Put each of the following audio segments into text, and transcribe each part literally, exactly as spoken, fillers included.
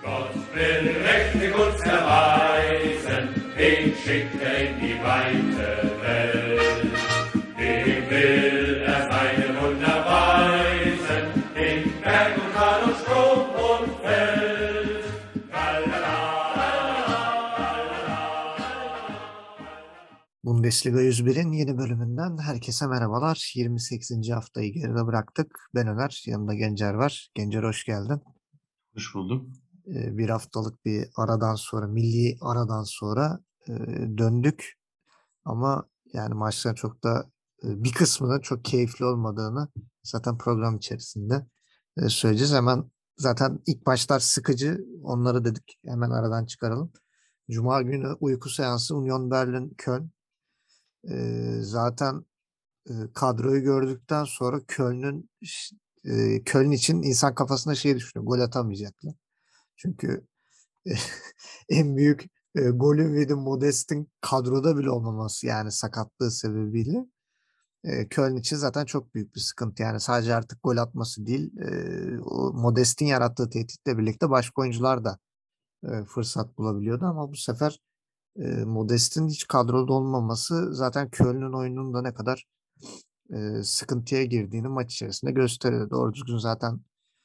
Gott will mächtig uns erweisen, den schickt er in die weite Welt. Dem will er seine Wunder weisen, in Berg und Tal und Strom und Feld. Bundesliga yüz birin yeni bölümünden herkese merhabalar. yirmi sekizinci haftayı geride bıraktık. Ben Ömer, yanımda Gencer var. Gencer hoş geldin. Hoş bulduk. Ee, bir haftalık bir aradan sonra, milli aradan sonra e, döndük. Ama yani maçların çok da e, bir kısmının çok keyifli olmadığını zaten program içerisinde e, söyleyeceğiz. Hemen zaten ilk başlar sıkıcı, onları dedik hemen aradan çıkaralım. Cuma günü uyku seansı Union Berlin-Köln. Ee, zaten e, kadroyu gördükten sonra Köln'ün e, Köln için insan kafasında şey düşünüyor. Gol atamayacaklar. Çünkü e, en büyük e, golün ve de Modest'in kadroda bile olmaması, yani sakatlığı sebebiyle e, Köln için zaten çok büyük bir sıkıntı. Yani sadece artık gol atması değil, e, o Modest'in yarattığı tehditle birlikte başka oyuncular da e, fırsat bulabiliyordu ama bu sefer e, Modest'in hiç kadroda olmaması zaten Köln'ün oyunun da ne kadar e, sıkıntıya girdiğini maç içerisinde gösteriyor. Doğru düzgün zaten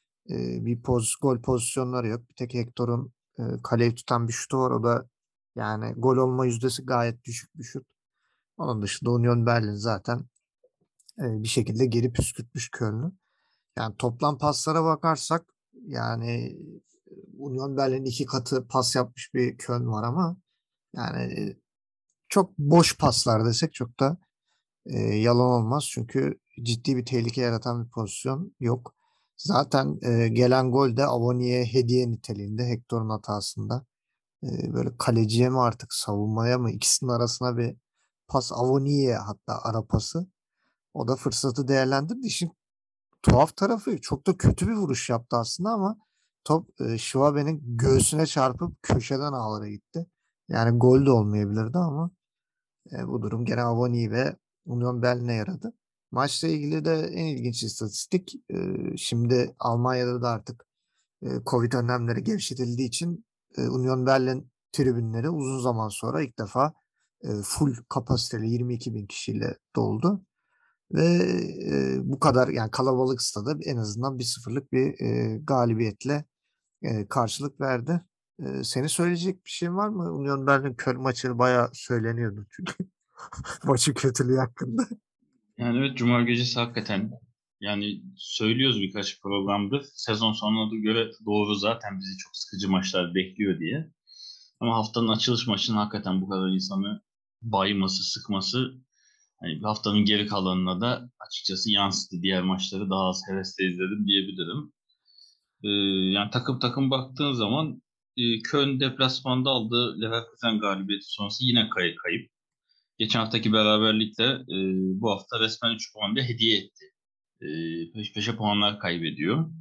e, bir poz, gol pozisyonları yok. Bir tek Hector'un e, kaleyi tutan bir şutu var. O da yani gol olma yüzdesi gayet düşük bir şut. Onun dışında Union Berlin zaten e, bir şekilde geri püskürtmüş Köln'ü. Yani toplam paslara bakarsak yani Union Berlin'in iki katı pas yapmış bir Köln var ama yani çok boş paslar desek çok da e, yalan olmaz. Çünkü ciddi bir tehlike yaratan bir pozisyon yok. Zaten e, gelen gol de Avoni'ye hediye niteliğinde, Hector'un hatasında. E, böyle kaleciye mi artık savunmaya mı, ikisinin arasına bir pas, Avoni'ye hatta ara pası. O da fırsatı değerlendirdi. İşin tuhaf tarafı, çok da kötü bir vuruş yaptı aslında ama top e, Schwabe'nin göğsüne çarpıp köşeden ağlara gitti. Yani gol de olmayabilirdi ama e, bu durum gene Avoni ve Union Berlin'e yaradı. Maçla ilgili de en ilginç istatistik, e, şimdi Almanya'da da artık e, Covid önlemleri gevşetildiği için e, Union Berlin tribünleri uzun zaman sonra ilk defa e, full kapasiteli yirmi iki bin kişiyle doldu. Ve e, bu kadar yani kalabalık stada en azından bir sıfırlık bir e, galibiyetle e, karşılık verdi. E, senin söyleyecek bir şeyin var mı? Union Berlin Köln maçı bayağı söyleniyordu çünkü maçın kötülüğü hakkında. Yani evet, Cuma gecesi hakikaten yani söylüyoruz birkaç programdır. Sezon sonuna göre doğru zaten bizi çok sıkıcı maçlar bekliyor diye. Ama haftanın açılış maçının hakikaten bu kadar insanı bayması, sıkması, hani haftanın geri kalanına da açıkçası yansıdı. Diğer maçları daha az hevesle izledim diyebilirim. Ee, yani takım takım baktığın zaman e, Köln deplasmanda aldığı Leverkusen galibiyeti sonrası yine kay kayıp. Geçen haftaki beraberlikle e, bu hafta resmen üç puan da hediye etti. E, peş peşe puanlar kaybediyor.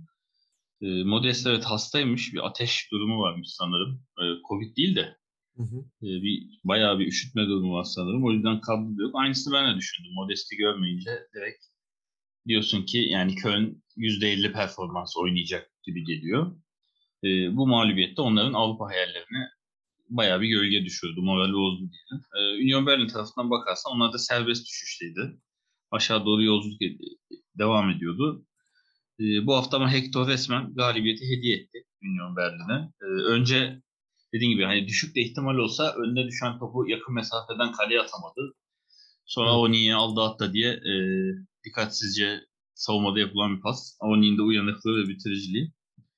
E, Modest evet hastaymış. Bir ateş durumu varmış sanırım. E, Covid değil de Hı hı. e, bir bayağı bir üşütme durumu var sanırım. O yüzden kadroda yok. Aynısını ben de düşündüm. Modest'i görmeyince direkt diyorsun ki yani Köln yüzde elli performans oynayacak gibi geliyor. E, bu mağlubiyette onların Avrupa hayallerini bayağı bir gölge düşürdü. Moral bozdu diyelim. Ee, Union Berlin tarafından bakarsan onlar da serbest düşüşteydi. Aşağı doğru yolculuk ed- devam ediyordu. Ee, bu hafta ama Hector resmen galibiyeti hediye etti Union Berlin'e. Ee, önce dediğim gibi hani düşük de ihtimal olsa önüne düşen topu yakın mesafeden kaleye atamadı. Sonra Evet. Avoni'ye aldı hatta diye e, dikkatsizce savunmada yapılan bir pas. Avoni'nin de uyanıklığı ve bitiriciliği.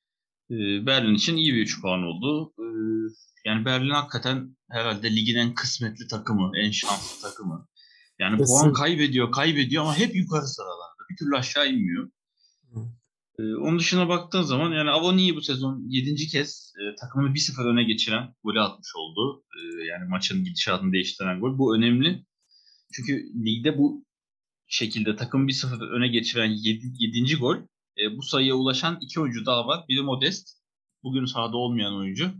Ee, Berlin için iyi bir üç puan oldu. Ee, yani Berlin hakikaten herhalde ligin en kısmetli takımı, en şanslı takımı. Yani puan Kesin. kaybediyor, kaybediyor ama hep yukarı sıralarda. Bir türlü aşağı inmiyor. Hı. Ee, onun dışına baktığın zaman yani Avoni'yi bu sezon yedinci kez e, takımını bir sıfır öne geçiren golü atmış oldu. Ee, yani maçın gidişatını değiştiren gol. Bu önemli. Çünkü ligde bu şekilde takım bir sıfır öne geçiren yedinci gol. E, bu sayıya ulaşan iki oyuncu daha var. Biri Modest. Bugün sahada olmayan oyuncu.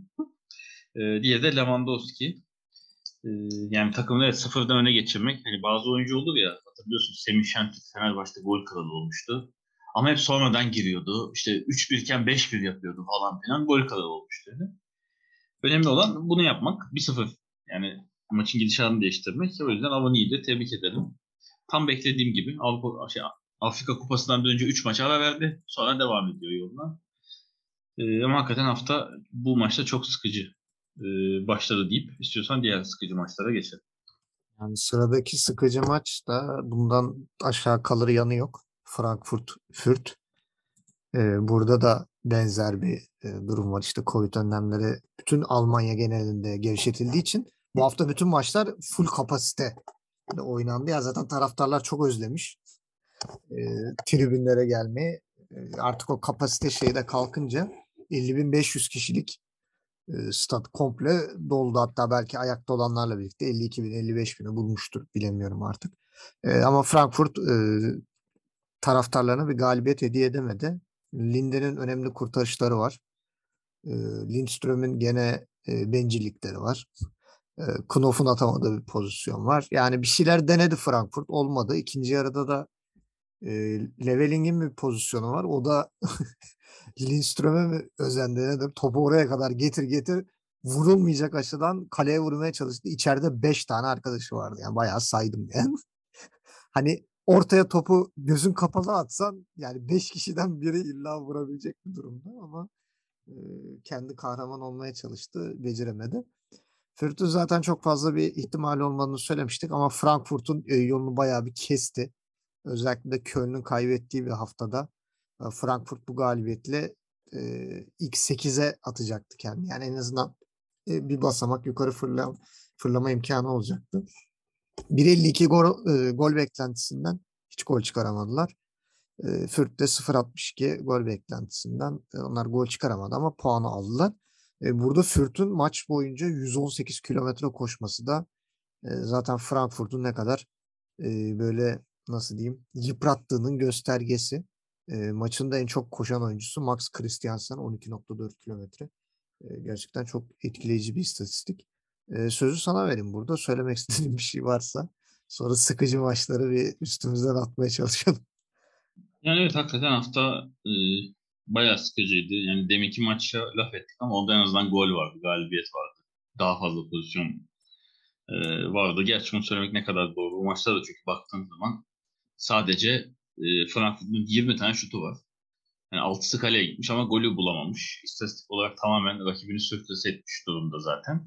E, diğeri de Lewandowski. E, yani takımı evet sıfırdan öne geçirmek. Hani bazı oyuncu olur ya, hatırlıyorsun Semih Şentürk Fenerbahçe'de gol kralı olmuştu. Ama hep sonradan giriyordu. İşte üç bir iken beş bir yapıyordu falan filan. Gol kadar olmuştu. Önemli olan bunu yapmak. bir sıfır yani maçın gidişatını değiştirmek. O yüzden Avani'yi de tebrik ederim. Tam beklediğim gibi Avrupa, şey, Afrika Kupası'ndan önce üç maç ara verdi. Sonra devam ediyor yoluna. Ee, ama hakikaten hafta bu maçta çok sıkıcı e, başladı deyip istiyorsan diğer sıkıcı maçlara geçelim. Yani sıradaki sıkıcı maç da bundan aşağı kalır yanı yok. Frankfurt Fürt. Ee, burada da benzer bir e, durum var. İşte Covid önlemleri bütün Almanya genelinde gevşetildiği için bu hafta bütün maçlar full kapasite ile oynandı. Ya zaten taraftarlar çok özlemiş e, tribünlere gelmeyi. E, artık o kapasite şeyi de kalkınca elli bin beş yüz kişilik e, stat komple doldu. Hatta belki ayakta olanlarla birlikte elli iki bin elli beş bini bulmuştur. Bilemiyorum artık. E, ama Frankfurt e, taraftarlarına bir galibiyet hediye edemedi. Linde'nin önemli kurtarışları var. E, Lindström'ün gene e, bencillikleri var. E, Knof'un atamadığı bir pozisyon var. Yani bir şeyler denedi Frankfurt. Olmadı. İkinci yarıda da e, Leveling'in bir pozisyonu var. O da Lindström'e mi özendi nedir? Topu oraya kadar getir getir vurulmayacak açıdan kaleye vurmaya çalıştı. İçeride beş tane arkadaşı vardı. Yani bayağı saydım yani. Hani ortaya topu gözün kapalı atsan yani beş kişiden biri illa vurabilecek bir durumda ama e, kendi kahraman olmaya çalıştı. Beceremedi. Fürth'ün zaten çok fazla bir ihtimal olmadığını söylemiştik ama Frankfurt'un e, yolunu bayağı bir kesti. Özellikle de Köln'ün kaybettiği bir haftada e, Frankfurt bu galibiyetle e, ilk sekize atacaktı kendini. Yani en azından e, bir basamak yukarı fırla, fırlama imkanı olacaktı. bir elli iki gol, e, gol beklentisinden hiç gol çıkaramadılar. E, Fürth de sıfır altmış iki gol beklentisinden e, onlar gol çıkaramadı ama puanı aldılar. E, burada Fürth'ün maç boyunca yüz on sekiz kilometre koşması da e, zaten Frankfurt'un ne kadar e, böyle nasıl diyeyim yıprattığının göstergesi. E, maçın da en çok koşan oyuncusu Max Christiansen on iki nokta dört kilometre. E, gerçekten çok etkileyici bir istatistik. E, sözü sana vereyim burada. Söylemek istediğim bir şey varsa sonra sıkıcı maçları bir üstümüzden atmaya çalışalım. Yani evet hakikaten hafta e, bayağı sıkıcıydı. Yani deminki maça laf ettik ama orada en azından gol vardı, galibiyet vardı. Daha fazla pozisyon e, vardı. Gerçi bunu söylemek ne kadar doğru. Bu maçta da çünkü baktığın zaman sadece e, Frankfurt'un yirmi tane şutu var. Yani altısı kaleye gitmiş ama golü bulamamış. İstatistik olarak tamamen rakibini sürklase etmiş durumda zaten.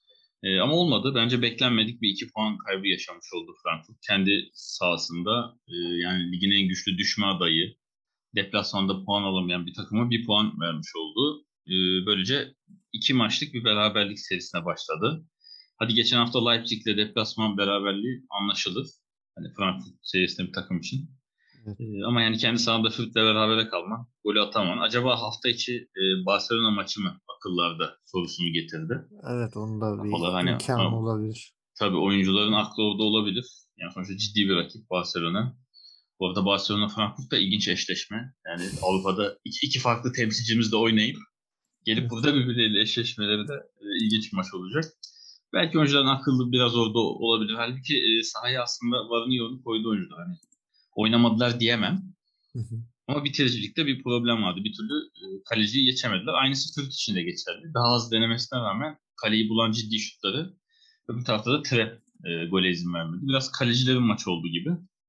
E, ama olmadı. Bence beklenmedik bir iki puan kaybı yaşamış oldu Frankfurt. Kendi sahasında e, yani ligin en güçlü düşme adayı, deplasmanda puan alamayan bir takıma bir puan vermiş oldu. E, böylece iki maçlık bir beraberlik serisine başladı. Hadi geçen hafta Leipzig'le deplasman beraberliği anlaşılır. Hani Frankfurt serisinde bir takım için. Evet. Ee, ama yani kendi sahanda Fürth'le berabere kalman, golü ataman. Acaba hafta içi e, Barcelona maçı mı akıllarda sorusunu getirdi. Evet, onun da bir Kafalar hani imkanı ha, olabilir. tabii oyuncuların aklı orada olabilir. Yani sonuçta ciddi bir rakip Barcelona. Bu arada Barcelona Frankfurt da ilginç eşleşme. Yani Avrupa'da iki, iki farklı temsilcimiz de oynayıp gelip Evet. burada birbirleriyle eşleşmeleri de e, ilginç bir maç olacak. Belki oyuncuların akıllı biraz orada olabilir. Halbuki e, sahaya aslında varını yoğunu koydu oyuncular. Hani oynamadılar diyemem. Hı hı. Ama bitiricilikte bir problem vardı. Bir türlü e, kaleciyi geçemediler. Aynısı Türk için de geçerli. Daha az denemesine rağmen kaleyi bulan ciddi şutları öbür tarafta da trap e, gole izin vermedi. Biraz kalecilerin maçı oldu gibi.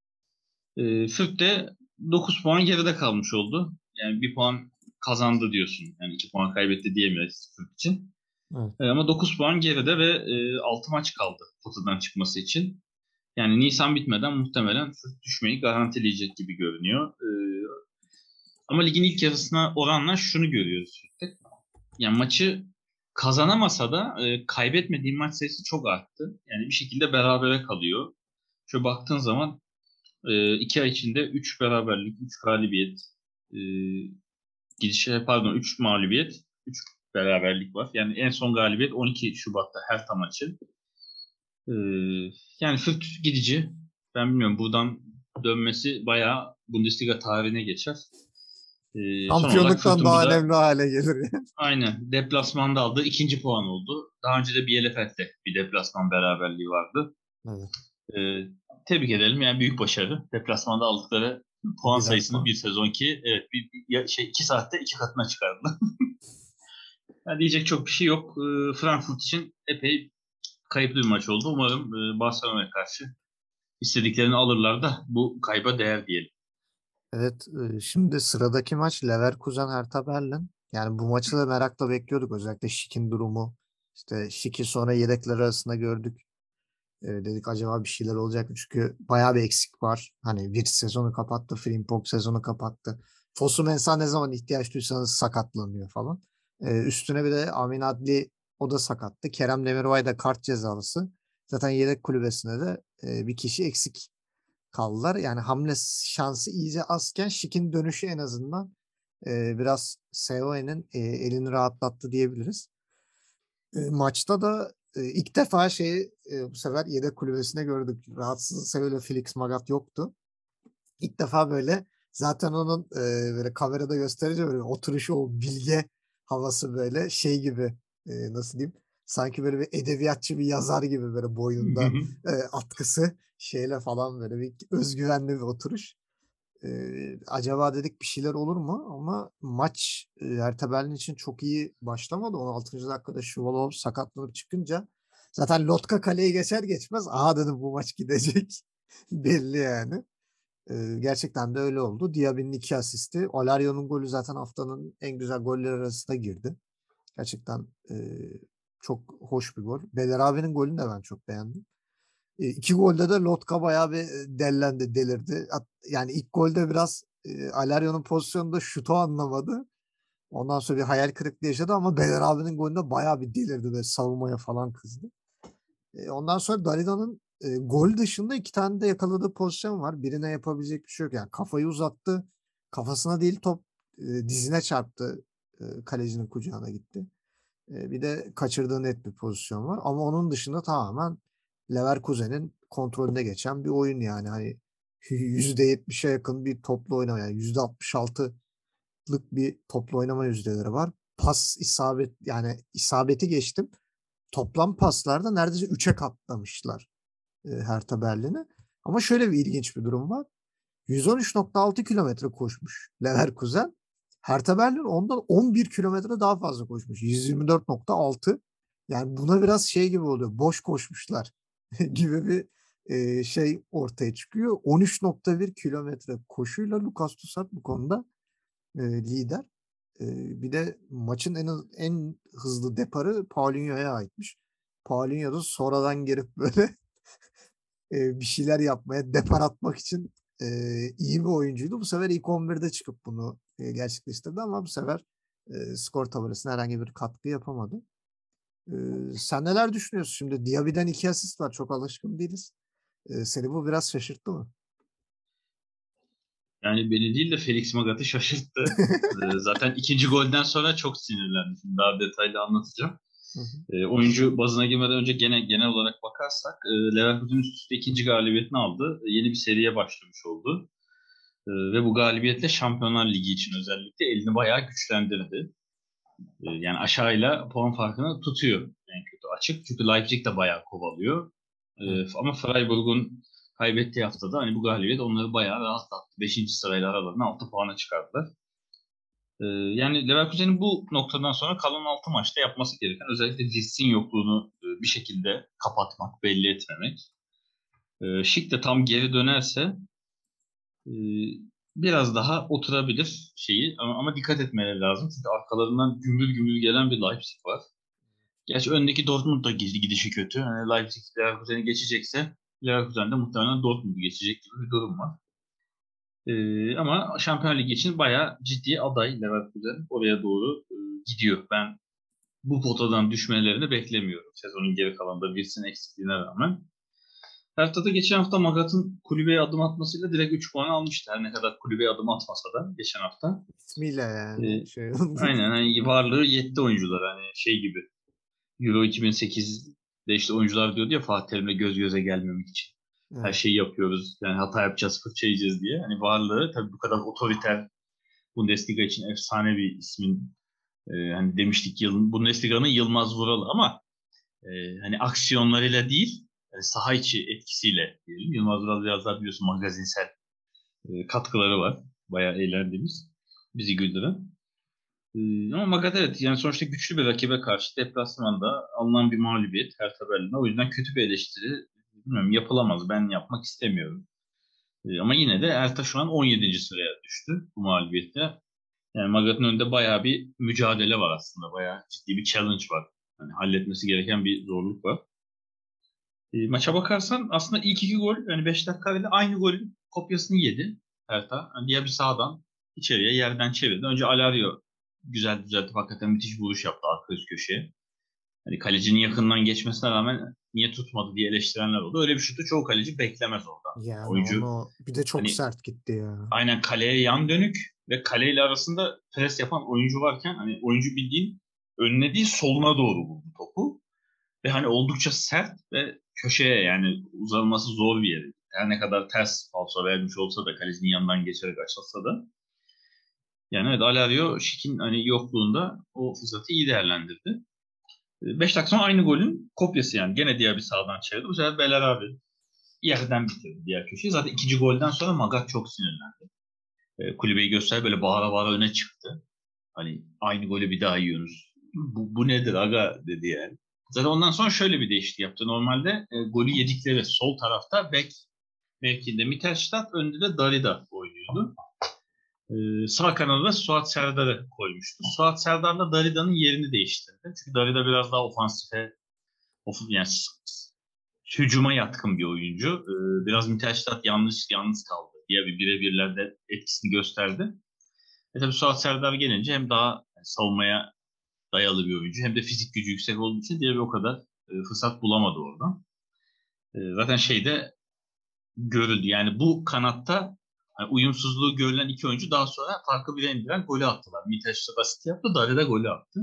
E, Fürth de dokuz puan geride kalmış oldu. Yani bir puan kazandı diyorsun. Yani iki puan kaybetti diyemeyiz Fürth için. Evet. E, ama dokuz puan geride ve e, altı maç kaldı potadan çıkması için. Yani Nisan bitmeden muhtemelen Fürth düşmeyi garantileyecek gibi görünüyor. E, Ama ligin ilk yarısına oranla şunu görüyoruz sürekli. Yani maçı kazanamasa da e, kaybetmediği maç sayısı çok arttı. Yani bir şekilde berabere kalıyor. Şöyle baktığın zaman e, iki ay içinde üç beraberlik, üç galibiyet, e, gidişe pardon üç mağlubiyet, üç beraberlik var. Yani en son galibiyet on iki Şubat'ta Hertha maçı. E, Yani Fürth gidici. Ben bilmiyorum buradan dönmesi bayağı Bundesliga tarihine geçer. E, son olarak Şampiyonluktan Fürth'ün daha burada önemli hale gelir. aynen deplasmanda aldığı ikinci puan oldu. Daha önce de Bielefeld'de bir deplasman beraberliği vardı. Evet. Ee, Tebrik edelim yani büyük başarı. Deplasmanda aldıkları Puan Birer sayısını puan. bir sezonki evet bir, bir şey iki saatte iki katına çıkardılar. Yani diyecek çok bir şey yok. E, Frankfurt için epey kayıplı bir maç oldu. Umarım e, Barcelona'ya karşı istediklerini alırlar da bu kayba değer diyelim. Evet, e, şimdi sıradaki maç Leverkusen Hertha Berlin. Yani bu maçı da merakla bekliyorduk. Özellikle Şik'in durumu. İşte Şik'i sonra yedekler arasında gördük. E, dedik acaba bir şeyler olacak mı? Çünkü bayağı bir eksik var. Hani bir sezonu kapattı. Frimpong sezonu kapattı. Fosu Mensah ne zaman ihtiyaç duysanız sakatlanıyor falan. E, üstüne bir de Amin Adli, o da sakattı. Kerem Demirbay da kart cezalısı. Zaten yedek kulübesinde de e, bir kişi eksik kaldılar. Yani hamle şansı iyice azken Şik'in dönüşü en azından e, biraz Seoe'nin e, elini rahatlattı diyebiliriz. E, maçta da e, ilk defa şeyi e, bu sefer yedek kulübesinde gördük. Rahatsız Seoe'yle Felix Magath yoktu. İlk defa böyle zaten onun e, böyle kamerada gösterince böyle oturuşu, o bilge havası böyle şey gibi, e, nasıl diyeyim, sanki böyle bir edebiyatçı bir yazar gibi böyle boynunda e, atkısı şeyle falan böyle bir özgüvenli bir oturuş. E, acaba dedik bir şeyler olur mu? Ama maç e, Hertha Berlin için çok iyi başlamadı. on altıncı dakikada Şuvalov sakatlanıp çıkınca zaten Lotka kaleyi geçer geçmez aha dedim bu maç gidecek. Belli yani. Ee, gerçekten de öyle oldu. Diaby'nin iki asisti. Olario'nun golü zaten haftanın en güzel golleri arasında girdi. Gerçekten e, çok hoş bir gol. Belerabi'nin golünü de ben çok beğendim. E, iki golde de Lotka bayağı bir e, dellendi, delirdi. At- yani ilk golde biraz e, Alario'nun pozisyonunda şutu anlamadı. Ondan sonra bir hayal kırıklığı yaşadı ama Belerabi'nin golünde bayağı bir delirdi ve savunmaya falan kızdı. E, ondan sonra Dalida'nın e, gol dışında iki tane de yakaladığı pozisyon var. Birine yapabilecek bir şey yok. Yani kafayı uzattı. Kafasına değil, top e, dizine çarptı. E, kalecinin kucağına gitti. E, bir de kaçırdığı net bir pozisyon var. Ama onun dışında tamamen Leverkusen'in kontrolünde geçen bir oyun yani. Hani yüzde yetmişe yakın bir toplu oynama, yani yüzde altmış altılık bir toplu oynama yüzdeleri var. Pas isabet, yani isabeti geçtim. Toplam paslarda neredeyse üçe katlamışlar e, Hertha Berlin'i. Ama şöyle bir ilginç bir durum var. yüz on üç nokta altı kilometre koşmuş Leverkusen. Hertha Berlin ondan on bir kilometre daha fazla koşmuş. yüz yirmi dört nokta altı. Yani buna biraz şey gibi oluyor. Boş koşmuşlar gibi bir e, şey ortaya çıkıyor. on üç nokta bir kilometre koşuyla Lucas Toussaint bu konuda e, lider. E, bir de maçın en en hızlı deparı Paulinho'ya aitmiş. Paulinho da sonradan girip böyle e, bir şeyler yapmaya, depar atmak için e, iyi bir oyuncuydu. Bu sefer ilk on birde çıkıp bunu e, gerçekleştirdi ama bu sefer e, skor tabelasına herhangi bir katkı yapamadı. E, sen neler düşünüyorsun şimdi? Diaby'den iki asist var. Çok alışkın değiliz. E, seni bu biraz şaşırttı mı? Yani beni değil de Felix Magath'ı şaşırttı. Ee, zaten ikinci golden sonra çok sinirlendim. Şimdi daha detaylı anlatacağım. Hı hı. E, oyuncu bazına girmeden önce gene genel olarak bakarsak e, Leverkusen üst üste ikinci galibiyetini aldı. E, yeni bir seriye başlamış oldu. E, ve bu galibiyetle Şampiyonlar Ligi için özellikle elini bayağı güçlendirdi. E, yani aşağıyla puan farkını tutuyor en kötü açık. Çünkü Leipzig de bayağı kovalıyor. E, Hı. ama Freiburg'un kaybettiği haftada hani bu galibiyet onları bayağı rahatlattı. Beşinci sırayla aralarına altı puana çıkardılar. Ee, yani Leverkusen'in bu noktadan sonra kalan altı maçta yapması gereken özellikle Wirtz'in yokluğunu e, bir şekilde kapatmak, belli etmemek. Ee, Schick de tam geri dönerse e, biraz daha oturabilir şeyi ama, ama dikkat etmeleri lazım. Çünkü arkalarından gümbür gümbür gelen bir Leipzig var. Gerçi öndeki Dortmund da gidişi kötü. Yani Leipzig Leverkusen'i geçecekse Leverkusen de muhtemelen Dortmund'u geçecek gibi bir durum var. Ee, ama Şampiyonlar Ligi için bayağı ciddi aday Leverkusen. Oraya doğru e, gidiyor. Ben bu potadan düşmelerini beklemiyorum. Sezonun geri kalanında Wirtz'in eksikliğine rağmen. Hertha'da geçen hafta Magath'ın kulübeye adım atmasıyla direkt üç puan almıştı. Her ne kadar kulübeye adım atmasa da geçen hafta. İsmiyle Ee, yani şey oldu. aynen hani varlığı yetti oyuncular. Hani şey gibi. Euro iki bin sekizde işte oyuncular diyordu ya Fatih Terim'le göz göze gelmemek için. Her Evet. şeyi yapıyoruz. Yani hata yapacağız, fırça yiyeceğiz diye. Hani varlığı tabii bu kadar otoriter Bundesliga için efsane bir ismin e, hani demiştik yıl, Bundesliga'nın Yılmaz Vural ama e, hani aksiyonlarıyla değil yani saha içi etkisiyle diyelim. Yılmaz Vural biraz daha biliyorsun magazinsel E, katkıları var. Bayağı eğlendiğimiz. Bizi güldüren. E, ama Magat evet yani sonuçta güçlü bir rakibe karşı deplasmanda alınan bir mağlubiyet Hertha Berlin'e. O yüzden kötü bir eleştiri bilmiyorum, yapılamaz. Ben yapmak istemiyorum. E, ama yine de Hertha şu an on yedinci sıraya düştü bu mağlubiyette. Yani Magat'ın önünde bayağı bir mücadele var aslında. Bayağı ciddi bir challenge var. Yani halletmesi gereken bir zorluk var. E, maça bakarsan aslında ilk iki gol yani beş dakikayla aynı golün kopyasını yedi Hertha. Yani diğer bir sağdan içeriye yerden çevirdi. Önce Alario güzel düzeltip hakikaten müthiş bir vuruş yaptı arka üst köşeye. Hani kalecinin yakından geçmesine rağmen niye tutmadı diye eleştirenler oldu. Öyle bir şutu çoğu kaleci beklemez orada. Yani Yani oyuncu onu bir de çok hani sert gitti ya. aynen kaleye yan dönük ve kaleyle arasında pres yapan oyuncu varken hani oyuncu bildiğin önüne değil soluna doğru vurdu topu. Ve hani oldukça sert ve köşeye yani uzanması zor bir yer. Her ne kadar ters falso vermiş olsa da kalecinin yanından geçerek açılsa da. Yani evet Alario Şik'in hani yokluğunda o fırsatı iyi değerlendirdi. beş dakika sonra aynı golün kopyası yani. Gene diğer bir sağdan çevirdi. Bu sefer Belarabi yerden bitirdi diğer köşeyi. Zaten ikinci golden sonra Magat çok sinirlendi. E, kulübeyi göster böyle bağıra bağıra öne çıktı. Hani aynı golü bir daha yiyorsunuz. Bu, bu nedir aga dedi yani. Zaten ondan sonra şöyle bir değişiklik yaptı. Normalde e, golü yedikleri sol tarafta bek mevkinde Mittelstadt, önde de Darida oynuyordu. E, sağ kanada da Suat Serdar'ı koymuştu. Suat Serdar'la Darida'nın yerini değiştirdi. Çünkü Darida biraz daha ofansife, of, yani hücuma yatkın bir oyuncu. E, biraz Mittelstadt yanlış yalnız kaldı. Diğer bir birebirlerde etkisini gösterdi. E tabii Suat Serdar gelince hem daha yani savunmaya dayalı bir oyuncu hem de fizik gücü yüksek olduğu için diğer bir o kadar e, fırsat bulamadı oradan. E, zaten şeyde görüldü. Yani bu kanatta yani uyumsuzluğu görülen iki oyuncu daha sonra farkı bire indiren golü attılar. Mittelstadt asist yaptı, Darida golü attı.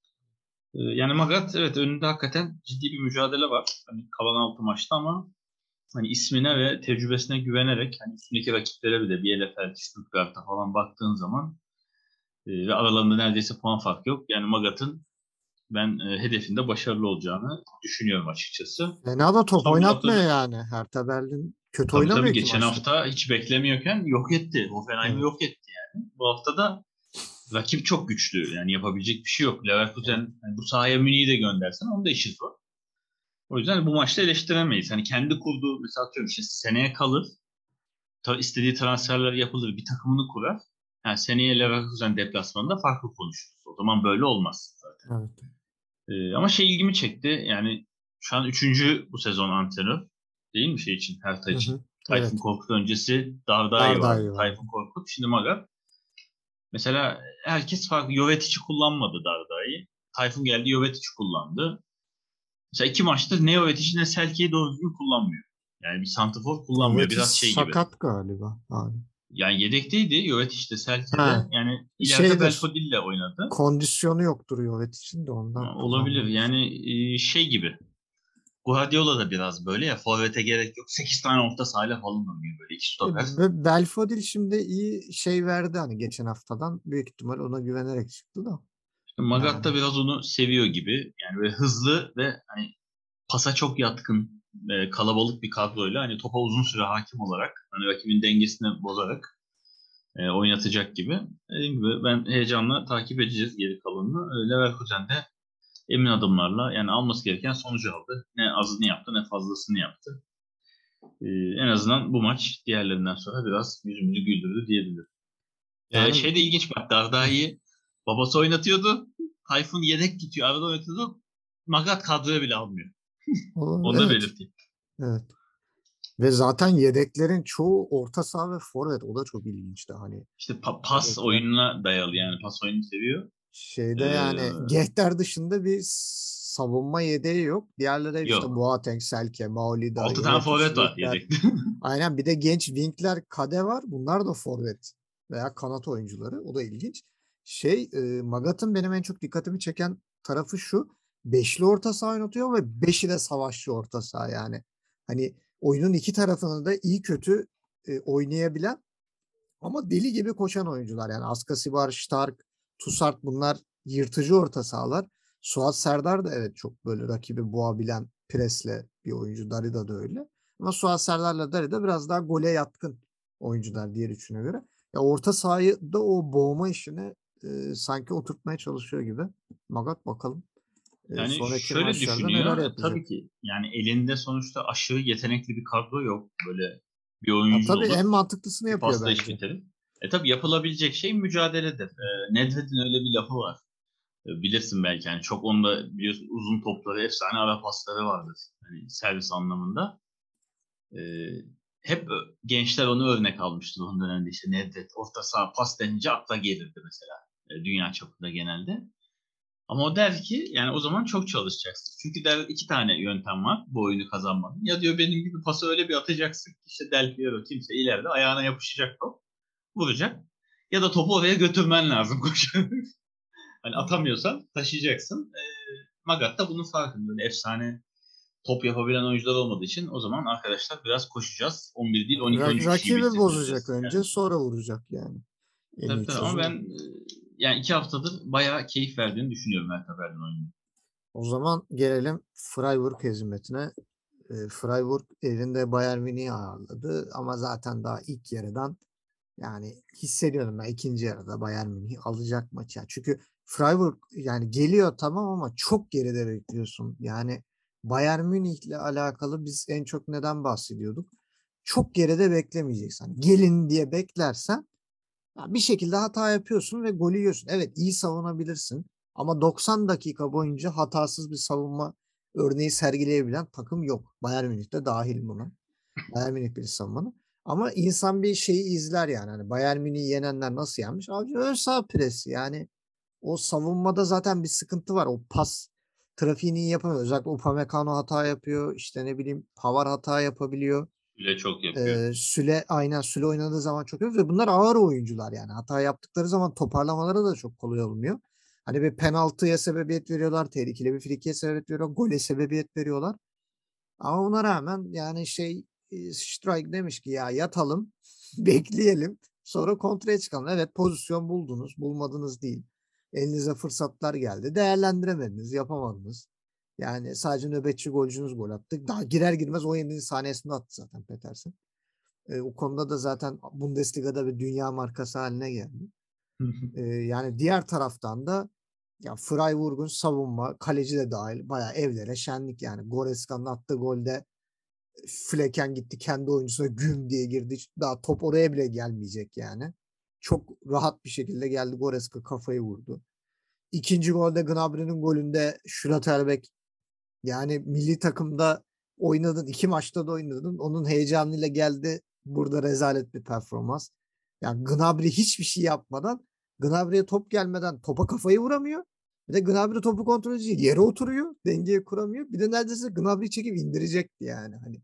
E, yani Magat evet önünde hakikaten ciddi bir mücadele var. Hani kalan altı maçta ama hani ismine ve tecrübesine güvenerek hani üstündeki rakiplere bile Bielefeld, Stuttgart'a falan baktığın zaman e, ve aralarında neredeyse puan farkı yok. Yani Magat'ın ben e, hedefinde başarılı olacağını düşünüyorum açıkçası. Fena da top Son bir hafta oynatmıyor yani. Hertha Berlin kötü tabii tabii oynamıyor ki geçen maçta. hafta hiç beklemiyorken yok etti. Hoffenheim'i Evet. yok etti yani. Bu hafta da rakip çok güçlü. Yani yapabilecek bir şey yok. Leverkusen yani bu sahaya Münih'i de göndersen onun da işi zor. O yüzden bu maçta eleştiremeyiz. Hani kendi kurduğu mesela atıyorum işte seneye kalır. Ta, istediği transferler yapılır. Bir takımını kurar. Yani seneye Leverkusen deplasmanında farklı konuşuruz. O zaman böyle olmaz zaten. Evet. Ee, ama şey ilgimi çekti. Yani şu an üçüncü bu sezon antrenör. Değil mi şey için? Hertha Hı için. hı. Tayfun Evet. Korkut öncesi Dardai vardı. Dardai vardı. Tayfun Korkut. Şimdi Magat. Mesela herkes farklı. Jovetic'i kullanmadı Dardai. Tayfun geldi Jovetic'i kullandı. Mesela iki maçtır ne Jovetic'i ne Selke'yi doğru düzgün kullanmıyor. Yani bir santrafor kullanmıyor. Jovetic Biraz şey gibi. sakat galiba. Abi. Yani yedekteydi Jovetic de Selke'de. Ha, Yani ileride şeydir. Belfodil'le oynadı. Kondisyonu yoktur Jovetic'in de Ha, ondan olabilir. kullanmamış. Yani e, şey gibi. Guardiola da biraz böyle ya. Forvet'e gerek yok. sekiz tane orta sahayla falan oynuyor böyle. İki E, stoper. Be- Belfodil şimdi iyi şey verdi hani geçen haftadan. Büyük ihtimal ona güvenerek çıktı da. İşte Magath Yani. da biraz onu seviyor gibi. Yani böyle hızlı ve hani pasa çok yatkın e, kalabalık bir kadroyla hani topa uzun süre hakim olarak hani rakibin dengesini bozarak e, oynatacak gibi. Dediğim gibi ben heyecanla takip edeceğiz geri kalanını. E, Leverkusen de emin adımlarla yani alması gereken sonucu aldı. Ne azını yaptı ne fazlasını yaptı. E, en azından bu maç diğerlerinden sonra biraz yüzümüzü güldürdü diyebilirim. E, Yani şey de ilginç bak Dardai'yi babası oynatıyordu. Tayfun yedek tutuyor. Arada oynatıyordu. Magat kadroya bile almıyor. o, Onu da evet. belirteyim. Evet. Ve zaten yedeklerin çoğu orta saha ve forvet. O da çok ilginçti hani. İşte pa- pas Yedekler. oyununa dayalı yani pas oyunu seviyor. Şeyde Ee, yani Gehter dışında bir savunma yedeği yok. Diğerleri işte yok. Boateng, Selke, Maolida, Altı tane Jovetic, forvet var Wigler. yedekte. Aynen bir de genç wingler Kade var. Bunlar da forvet veya kanat oyuncuları. O da ilginç. Şey e, Magat'ın benim en çok dikkatimi çeken tarafı şu. Beşli orta saha oynatıyor ve beşi de savaşçı orta saha yani. Hani oyunun iki tarafını da iyi kötü e, oynayabilen ama deli gibi koşan oyuncular. Yani Askasibar, Stark, Tussart bunlar yırtıcı orta sahalar. Suat Serdar da evet çok böyle rakibi boğabilen presle bir oyuncu. Darida da öyle. Ama Suat Serdar'la Darida biraz daha gole yatkın oyuncular diğer üçüne göre. Ya orta sahayı da o boğma işini e, sanki oturtmaya çalışıyor gibi. Magat bakalım. E, Yani sonraki şöyle maçlarda neler düşünüyor. yapacak? Tabii ki yani elinde sonuçta aşırı yetenekli bir kadro yok. Böyle bir Ya oyuncu tabii olur. en mantıklısını Bir yapıyor pasta iş bence. bitirir. E tabii yapılabilecek şey mücadeledir. E, Nedved'in öyle bir lafı var. E, bilirsin belki yani çok onda biliyorsun uzun topları efsane ara pasları vardır. Hani servis anlamında. E, hep gençler onu örnek almıştır onun döneminde işte Nedved orta saha pas denince akla gelirdi mesela. E, dünya çapında genelde. Ama o der ki yani o zaman çok çalışacaksın. Çünkü der iki tane yöntem var bu oyunu kazanmanın. Ya diyor benim gibi pası öyle bir atacaksın ki işte Del Piero kimse ileride ayağına yapışacak top. Vuracak. Ya da topu oraya götürmen lazım koşarak. Hani atamıyorsan taşıyacaksın. E, Magat da bunun farkında. Böyle efsane top yapabilen oyuncular olmadığı için o zaman arkadaşlar biraz koşacağız. on bir değil on iki Rak- on üç kişi gibi rakibi bozacak hissettireceğiz. önce, Yani, sonra vuracak yani. En tabii iyi tabii ama ben çözüm o. e, yani iki haftadır bayağı keyif verdiğini düşünüyorum Hertha Berlin oyunu. O zaman gelelim Freiburg hezimmetine. E, Freiburg evinde Bayern Münih'i ağırladı ama zaten daha ilk yarıdan yani hissediyordum ben ikinci yarıda Bayern Münih alacak maçı. Yani çünkü Freiburg yani geliyor tamam ama çok geride bekliyorsun. Yani Bayern Münih'le alakalı biz en çok neden bahsediyorduk? Çok geride beklemeyeceksin. Hani gelin diye beklersen ya bir şekilde hata yapıyorsun ve golü yiyorsun. Evet iyi savunabilirsin ama doksan dakika boyunca hatasız bir savunma örneği sergileyebilen takım yok. Bayern Münih de dahil buna. Bayern Münih bir savunmanın. Ama insan bir şeyi izler yani. Hani Bayern Münih'i yenenler nasıl yenmiş? Abi ön sağ presi yani o savunmada zaten bir sıkıntı var. O pas trafiğini iyi yapamıyor. Özellikle Upamecano hata yapıyor. İşte ne bileyim Pavard hata yapabiliyor. Bile çok yapıyor. Ee, Süle aynen Süle oynadığı zaman çok iyi ve bunlar ağır oyuncular yani. Hata yaptıkları zaman toparlamaları da çok kolay olmuyor. Hani bir penaltıya sebebiyet veriyorlar. Tehlikeli bir frikiye sebebiyet veriyorlar. Gole sebebiyet veriyorlar. Ama buna rağmen yani şey e, Strike demiş ki ya yatalım, bekleyelim, sonra kontraya çıkalım. Evet pozisyon buldunuz, bulmadınız değil. Elinize fırsatlar geldi. Değerlendiremediniz, yapamadınız. Yani sadece nöbetçi golcünüz gol attı. Daha girer girmez on yedinci saniyesinde attı zaten Petersen. E, o konuda da zaten Bundesliga'da bir dünya markası haline geldi. E, yani diğer taraftan da ya Freiburg'un savunma, kaleci de dahil bayağı evlere şenlik yani. Goreska'nın attığı golde Flecken gitti kendi oyuncusuna güm diye girdi. Daha top oraya bile gelmeyecek yani. Çok rahat bir şekilde geldi. Goreska kafayı vurdu. İkinci golde Gnabry'nin golünde Schlotterbeck yani milli takımda oynadın. iki maçta da oynadın. Onun heyecanıyla geldi. Burada rezalet bir performans. Yani Gnabry hiçbir şey yapmadan Gnabry'e top gelmeden topa kafayı vuramıyor. Bir de Gnabry topu kontrol edici yere oturuyor. Dengeyi kuramıyor. Bir de neredeyse Gnabry'i çekip indirecekti yani. Hani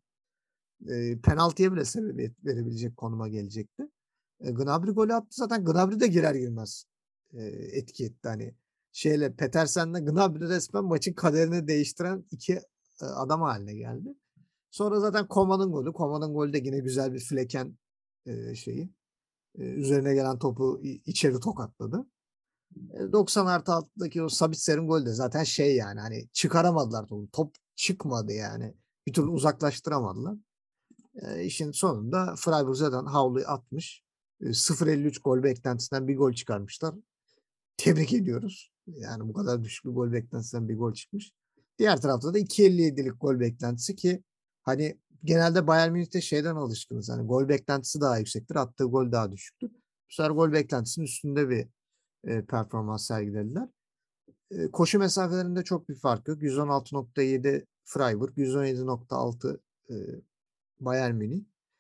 e, penaltıya bile sebebiyet verebilecek konuma gelecekti. E, Gnabry golü attı zaten Gnabry de girer girmez e, etki etti. Hani şeyle Petersen'le Gnabry resmen maçın kaderini değiştiren iki e, adam haline geldi. Sonra zaten Koma'nın golü. Koma'nın golü de yine güzel bir Flecken e, şeyi. E, üzerine gelen topu içeri tokatladı. E, doksan artı altıdaki o Sabitser'in golü de zaten şey yani hani çıkaramadılar topu. Top çıkmadı yani. Bir türlü uzaklaştıramadılar. E, işin sonunda Freiburg zaten havluyu atmış. E, sıfır virgül elli üç gol beklentisinden bir gol çıkarmışlar. Tebrik ediyoruz. Yani bu kadar düşük bir gol beklentisinden bir gol çıkmış. Diğer tarafta da iki virgül elli yedilik gol beklentisi ki hani genelde Bayern Münih'te şeyden alışkınız. Hani gol beklentisi daha yüksektir. Attığı gol daha düşüktür. Bu sefer gol beklentisinin üstünde bir e, performans sergilediler. E, koşu mesafelerinde çok bir fark yok. yüz on altı nokta yedi Freiburg, yüz on yedi nokta altı e, Bayern Münih.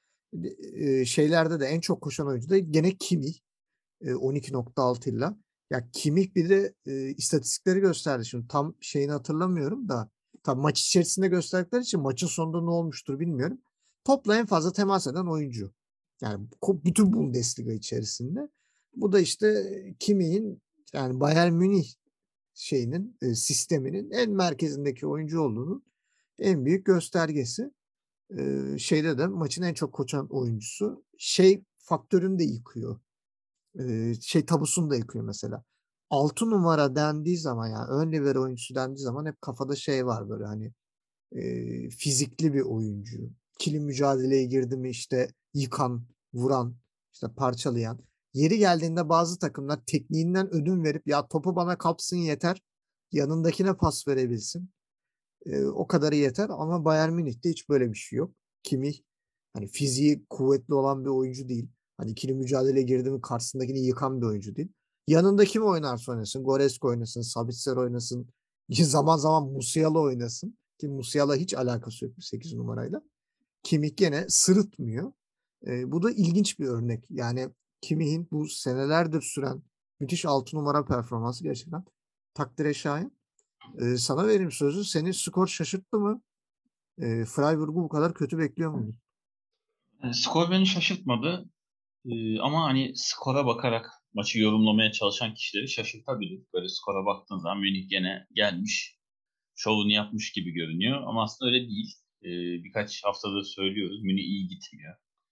E, şeylerde de en çok koşan oyuncu da gene Kimmich e, on iki nokta altı ile. Ya Kimmich bir de e, istatistikleri gösterdi. Şimdi tam şeyini hatırlamıyorum da tam maç içerisinde gösterdikleri için maçın sonunda ne olmuştur bilmiyorum. Topla en fazla temas eden oyuncu. Yani bütün Bundesliga içerisinde. Bu da işte Kimmich'in yani Bayern Münih şeyinin e, sisteminin en merkezindeki oyuncu olduğunun en büyük göstergesi. E, şeyde de maçın en çok koşan oyuncusu. Şey faktörünü de yıkıyor. E, şey tabusunu da yıkıyor mesela. altı numara dendiği zaman yani ön libero oyuncusu dendiği zaman hep kafada şey var böyle hani e, fizikli bir oyuncu. İkili mücadeleye girdi mi işte yıkan vuran, işte parçalayan. Yeri geldiğinde bazı takımlar tekniğinden ödün verip ya topu bana kapsın yeter, yanındakine pas verebilsin. E, o kadarı yeter ama Bayern Münih'te hiç böyle bir şey yok. Kimmich hani fiziği kuvvetli olan bir oyuncu değil. Hani ikili mücadele girdi mi karşısındakini yıkan bir oyuncu değil. Yanında kim oynarsa oynasın. Goretzka oynasın, Sabitzer oynasın. Zaman zaman Musiala oynasın. Ki Musiala hiç alakası yok sekiz numarayla. Kimmich gene sırıtmıyor. E, bu da ilginç bir örnek. Yani Kimmich'in bu senelerdir süren müthiş altı numara performansı gerçekten takdire şayan. E, sana vereyim sözü. Seni skor şaşırttı mı? E, Freiburg'u bu kadar kötü bekliyor muydun? E, skor beni şaşırtmadı. E, ama hani skora bakarak maçı yorumlamaya çalışan kişileri şaşırtabilir. Böyle skora baktığın zaman Münih gene gelmiş, şovunu yapmış gibi görünüyor. Ama aslında öyle değil. E, birkaç haftadır söylüyoruz. Münih iyi gitmiyor.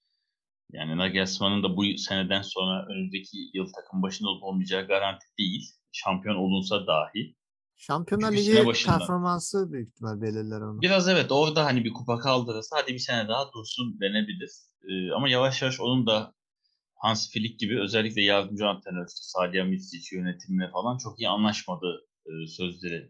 Yani Nagelsmann'ın da bu seneden sonra önümüzdeki yıl takım başında olup olmayacağı garanti değil. Şampiyon olunsa dahi. Şampiyonlar Çünkü sene Ligi başında performansı büyük ihtimal belirler onu. biraz evet orada hani bir kupa kaldırırsa hadi bir sene daha dursun denebilir. Ee, ama yavaş yavaş onun da Hans Flick gibi özellikle yardımcı antrenör işte Salihamidzic yönetimle falan çok iyi anlaşmadığı e, sözleri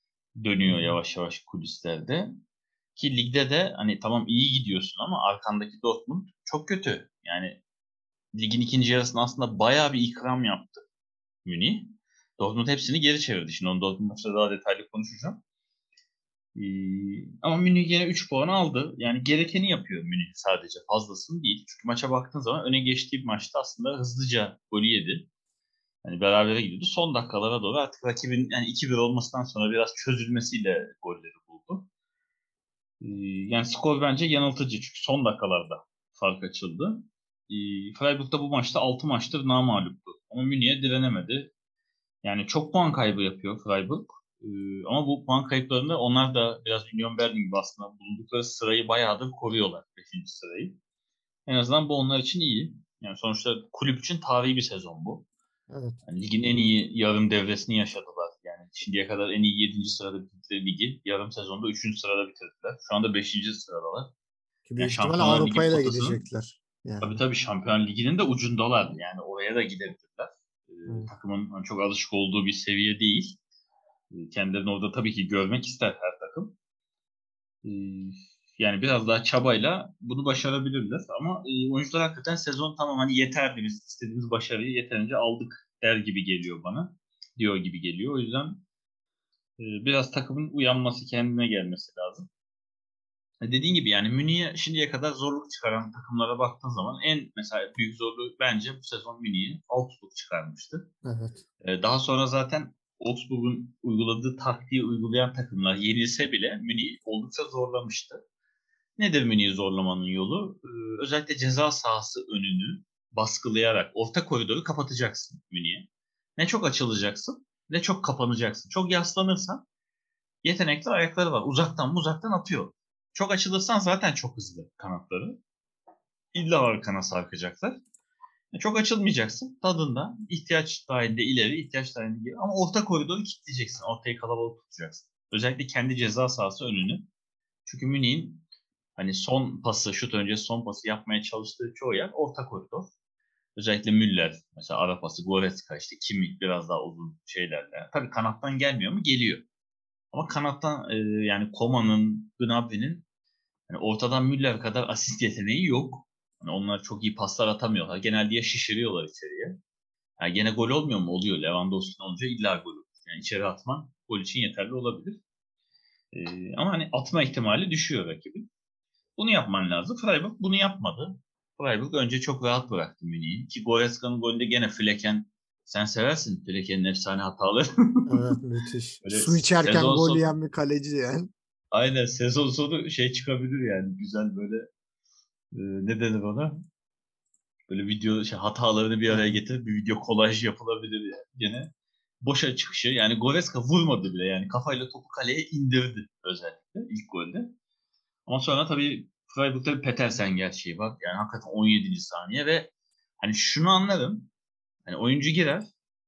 Hı dönüyor hı. yavaş yavaş kulislerde. Ki ligde de hani tamam iyi gidiyorsun ama arkandaki Dortmund çok kötü. Yani ligin ikinci yarısında aslında bayağı bir ikram yaptı Münih. Dortmund hepsini geri çevirdi. Şimdi onu Dortmund maçta daha detaylı konuşacağım. Ee, ama Münih yine üç puan aldı. Yani gerekeni yapıyor Münih sadece. Fazlasını değil. Çünkü maça baktığın zaman öne geçtiği bir maçta aslında hızlıca golü yedi. Hani berabere gidiyordu. Son dakikalara doğru artık rakibin yani iki bir olmasından sonra biraz çözülmesiyle golleri buldu. Ee, yani skor bence yanıltıcı. Çünkü son dakikalarda fark açıldı. Ee, Freiburg da bu maçta altı maçtır namağluptu. Ama Münih'e direnemedi. Yani çok puan kaybı yapıyor Freiburg. Ee, ama bu puan kayıplarında onlar da biraz Union Berlin gibi aslında bulundukları sırayı bayağıdır koruyorlar. Beşinci sırayı. En azından bu onlar için iyi. Yani sonuçta kulüp için tarihi bir sezon bu. Evet. Yani ligin en iyi yarım devresini yaşadılar. Yani şimdiye kadar en iyi yedinci sırada bitirdikleri ligi yarım sezonda üçüncü sırada bitirdiler. Şu anda beşinci sıradalar. Ki Yani büyük ihtimal Şampiyonlar Ligi Avrupa'ya da potasının gidecekler. tabii Yani. tabii Şampiyonlar Ligi'nin de ucundalar. Yani oraya da gidebilirler. Ee, Evet. takımın hani çok alışık olduğu bir seviye değil. Ee, Kendilerini orada tabii ki görmek ister her takım. Ee, yani biraz daha çabayla bunu başarabilirler. Ama e, oyuncular hakikaten sezon tamam hani yeterli biz istediğimiz başarıyı yeterince aldık der gibi geliyor bana. Diyor gibi geliyor. O yüzden e, biraz takımın uyanması, kendine gelmesi lazım. E, Dediğin gibi yani Münih'e şimdiye kadar zorluk çıkaran takımlara baktığın zaman en mesela büyük zorluğu bence bu sezon Münih'e Augsburg çıkarmıştı. Evet. E, Daha sonra zaten Augsburg'un uyguladığı taktiği uygulayan takımlar yenilse bile Münih oldukça zorlamıştı. Nedir Münih'i zorlamanın yolu? Ee, özellikle ceza sahası önünü baskılayarak orta koridoru kapatacaksın Münih'e. Ne çok açılacaksın ne çok kapanacaksın. Çok yaslanırsan yetenekli ayakları var. Uzaktan uzaktan atıyor. Çok açılırsan zaten çok hızlı kanatları. İlla arkana sarkacaklar. E, Çok açılmayacaksın. Tadında ihtiyaç dahilinde ileri, ihtiyaç dahilinde geri. Ama orta koridoru kilitleyeceksin. Ortayı kalabalık tutacaksın. Özellikle kendi ceza sahası önünü. Çünkü Münih'in hani son pası, şut öncesi son pası yapmaya çalıştığı çoğu yer orta koridor. Özellikle Müller, mesela ara pası, Goretzka, işte Kimmich biraz daha uzun şeylerle. Tabii kanattan gelmiyor mu? Geliyor. Ama kanattan e, yani Koma'nın, Gnabry'nin yani ortadan Müller kadar asist yeteneği yok. Yani onlar çok iyi paslar atamıyorlar. Genelde ya şişiriyorlar içeriye. Yani gene gol olmuyor mu? Oluyor. Lewandowski olunca illa gol olur. Yani içeri atman gol için yeterli olabilir. E, ama hani atma ihtimali düşüyor rakibin. Bunu yapman lazım. Freiburg bunu yapmadı. Freiburg önce çok rahat bıraktı Münih'i. Ki Goretzka'nın golünde gene Flecken. Sen seversin Flecken'in efsane hataları. Evet, müthiş. Böyle Su içerken sezon gol sonu yiyen bir kaleci yani. aynen sezon sonu şey çıkabilir yani. Güzel böyle e, ne denir ona? Böyle video şey, hatalarını bir araya Aha. getirip bir video kolaj yapılabilir yani. Gene boşa çıkışı. Yani Goretzka vurmadı bile yani. Kafayla topu kaleye indirdi özellikle ilk golde. Ama sonra tabii Freiburg'da bir Petersen gerçeği var. Yani hakikaten on yedinci saniye ve hani şunu anlarım. Hani oyuncu girer.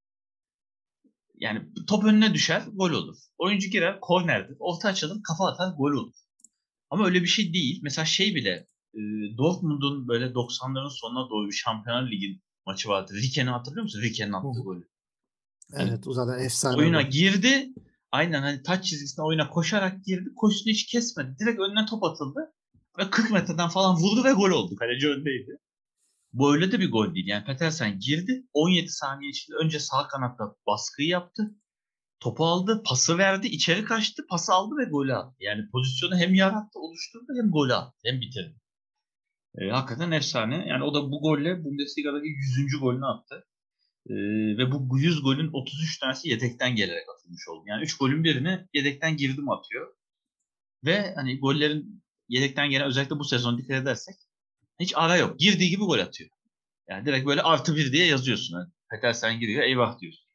Yani top önüne düşer, gol olur. Oyuncu girer, kornerdir. Orta açılır, kafa atar, gol olur. Ama öyle bir şey değil. Mesela şey bile e, Dortmund'un böyle doksanların sonuna doğru bir Şampiyonlar Ligi maçı vardı. Riken'i hatırlıyor musun? Riken'in Hı attığı hı. golü. Evet, Yani o zaten efsane oyuna gol. girdi. Aynen hani taç çizgisine oyuna koşarak girdi. Koşusunu hiç kesmedi. Direkt önüne top atıldı. Ve kırk metreden falan vurdu ve gol oldu. Kaleci öndeydi. Bu öyle de bir gol değil. Yani Petersen girdi. on yedi saniye içinde önce sağ kanatta baskıyı yaptı. Topu aldı, pası verdi, içeri kaçtı, pası aldı ve golü attı. Yani pozisyonu hem yarattı, oluşturdu hem golü attı, hem bitirdi. E, hakikaten efsane. Yani o da bu golle Bundesliga'daki yüzüncü golünü attı. E, ve bu yüz golün otuz üç tanesi yedekten gelerek atılmış oldu. Yani üç golün birini yedekten girdim atıyor. Ve hani gollerin yedekten gelen, özellikle bu sezon dikkat edersek hiç ara yok. Girdiği gibi gol atıyor. Yani direkt böyle artı bir diye yazıyorsun. Yani Petersen giriyor, eyvah diyorsun.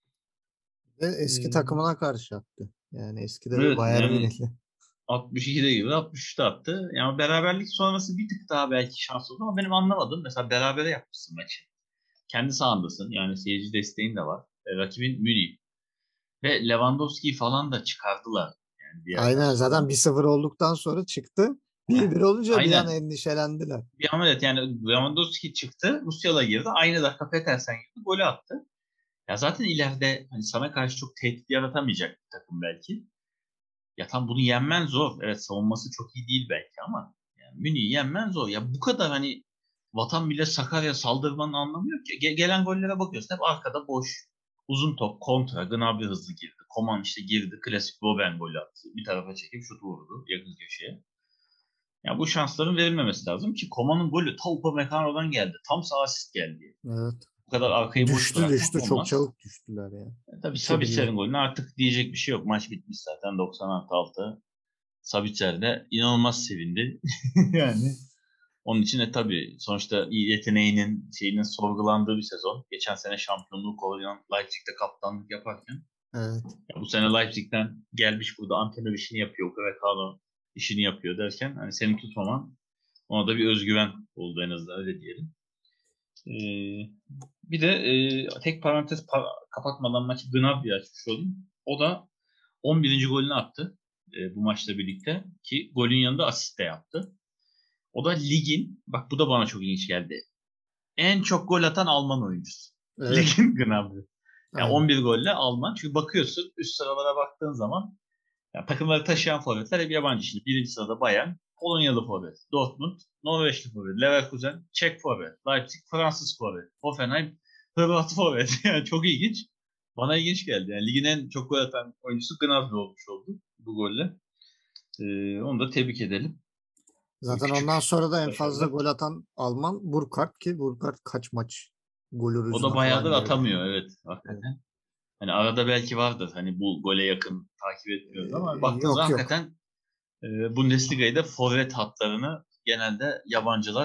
Ve eski E, takımına karşı attı. Yani eskide bir evet Bayern yani Münih'li. altmış ikide gibi altmış üçte attı. Yani beraberlik sonrası bir tık daha belki şans oldu ama benim anlamadığım, mesela berabere yapmışsın maçı. Kendi sahandasın. Yani seyirci desteğin de var. E, rakibin Münih. Ve Lewandowski'yi falan da çıkardılar. Yani bir yerden Aynen, zaten sonra. bir sıfır olduktan sonra çıktı. bir bir olunca bir an Aynen. endişelendiler. Bir ameliyat yani, Lewandowski çıktı. Musiala girdi. Aynı dakika Petersen girdi. Golü attı. Ya zaten ileride hani sana karşı çok tehdit yaratamayacak bir takım belki. Ya tam bunu yenmen zor. Evet, savunması çok iyi değil belki ama yani Münih'i yenmen zor. Ya bu kadar hani Vatan Millet Sakarya saldırmanın anlamı yok ki. Ge- gelen gollere bakıyorsun hep arkada boş. Uzun top, kontra, Gnabry hızlı girdi. Koman işte girdi. Klasik Robben golü attı. Bir tarafa çekip şut vurdu yakın köşeye. Ya bu şansların verilmemesi lazım ki Koman'ın golü ta Upamecano'dan geldi. Tam sağ asist geldi. Evet. Bu kadar arkayı boş Düştü bırakmak düştü. Çok olmaz. çabuk düştüler ya. E, tabii iki birle. Sabitzer'in golüne artık diyecek bir şey yok. Maç bitmiş zaten doksan artı altı. Sabitzer de inanılmaz sevindi. Yani onun için de tabii sonuçta iyi yeteneğinin şeyinin sorgulandığı bir sezon. Geçen sene şampiyonluğu kovalayan Leipzig'te kaptanlık yaparken Evet. ya bu sene Leipzig'ten gelmiş burada antrenör işini yapıyor. Upamecano işini yapıyor derken hani seni tutmaman ona da bir özgüven oldu, en azından öyle diyelim. Ee, bir de e, tek parantez pa- kapatmadan maçı Gnabry açmış olayım. O da on birinci golünü attı e, bu maçla birlikte ki golün yanında asist de yaptı. O da ligin, bak bu da bana çok ilginç geldi, en çok gol atan Alman oyuncusu. Evet. Ligin Gnabry. Yani Aynen. on bir golle Alman. Çünkü bakıyorsun üst sıralara baktığın zaman ya takımları taşıyan forvetler hep yabancı. Şimdi birinci sırada Bayern, Polonyalı forvet. Dortmund, Norveçli forvet. Leverkusen, Çek forvet. Leipzig, Fransız forvet. Hoffenheim, Hırvat forvet. Yani çok ilginç. Bana ilginç geldi. Yani ligin en çok gol atan oyuncusu Gnabry olmuş oldu bu golle. Ee, onu da tebrik edelim. Zaten ondan Küçük sonra da en fazla başarılar. gol atan Alman Burkhardt, ki Burkhardt kaç maç gol O da orucuna bayağıdır falan girdi. atamıyor, evet, Evet. hakikaten. Hani arada belki vardır. Hani bu gole yakın takip etmiyoruz ama Ee, baktığınız yok zaman yok. hakikaten e, Bundesliga'yı da forvet hatlarını genelde yabancılar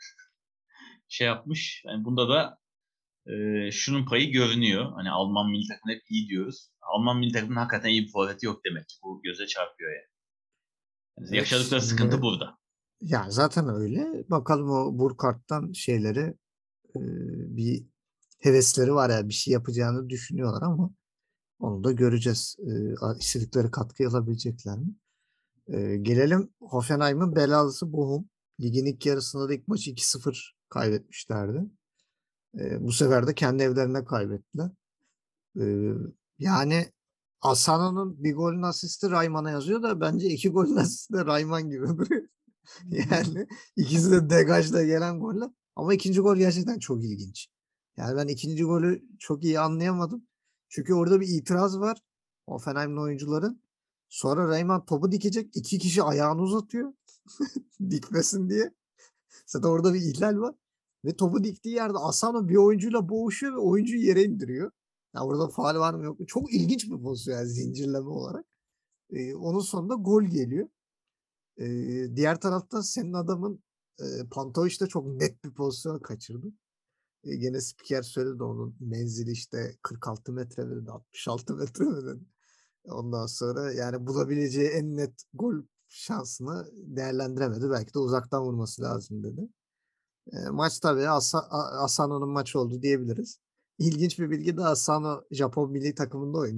şey yapmış. Yani bunda da e, şunun payı görünüyor. Hani Alman milli takımı hep iyi diyoruz. Alman milli takımının hakikaten iyi bir forveti yok demek ki. Bu göze çarpıyor yani. Yani Evet, yaşadıkları sıkıntı şimdi burada. ya zaten öyle. Bakalım o Burkhardt'tan şeyleri, e, bir hevesleri var ya, bir şey yapacağını düşünüyorlar ama onu da göreceğiz. E, a- istedikleri katkı alabilecekler mi? E, gelelim Hoffenheim'ın belalısı Bochum. Ligin ilk yarısında da ilk maçı iki sıfır kaybetmişlerdi. E, bu sefer de kendi evlerine kaybettiler. E, yani Asano'nun bir golün asisti Rayman'a yazıyor da bence iki golün asisti de Rayman gibi duruyor. Yani ikisi de degajla gelen goller. Ama ikinci gol gerçekten çok ilginç. Yani ben ikinci golü çok iyi anlayamadım. Çünkü orada bir itiraz var Hoffenheim'li oyuncuların. Sonra Rayman topu dikecek. İki kişi ayağını uzatıyor. Dikmesin diye. Zaten orada bir ihlal var. Ve topu diktiği yerde Asano bir oyuncuyla boğuşuyor ve oyuncuyu yere indiriyor. Yani orada faul var mı yok mu? Çok ilginç bir pozisyon yani, zincirleme olarak. Ee, onun sonunda gol geliyor. Ee, diğer tarafta senin adamın e, Pantovic de çok net bir pozisyon kaçırdı. E, gene spiker söyledi, onun menzili işte kırk altı metre dedi, altmış altı metre mi dedi. Ondan sonra yani bulabileceği en net gol şansını değerlendiremedi. Belki de uzaktan vurması lazım dedi. E, maç tabii Asa, Asano'nun maçı oldu diyebiliriz. İlginç bir bilgi de, Asano Japon milli takımında oynuyor.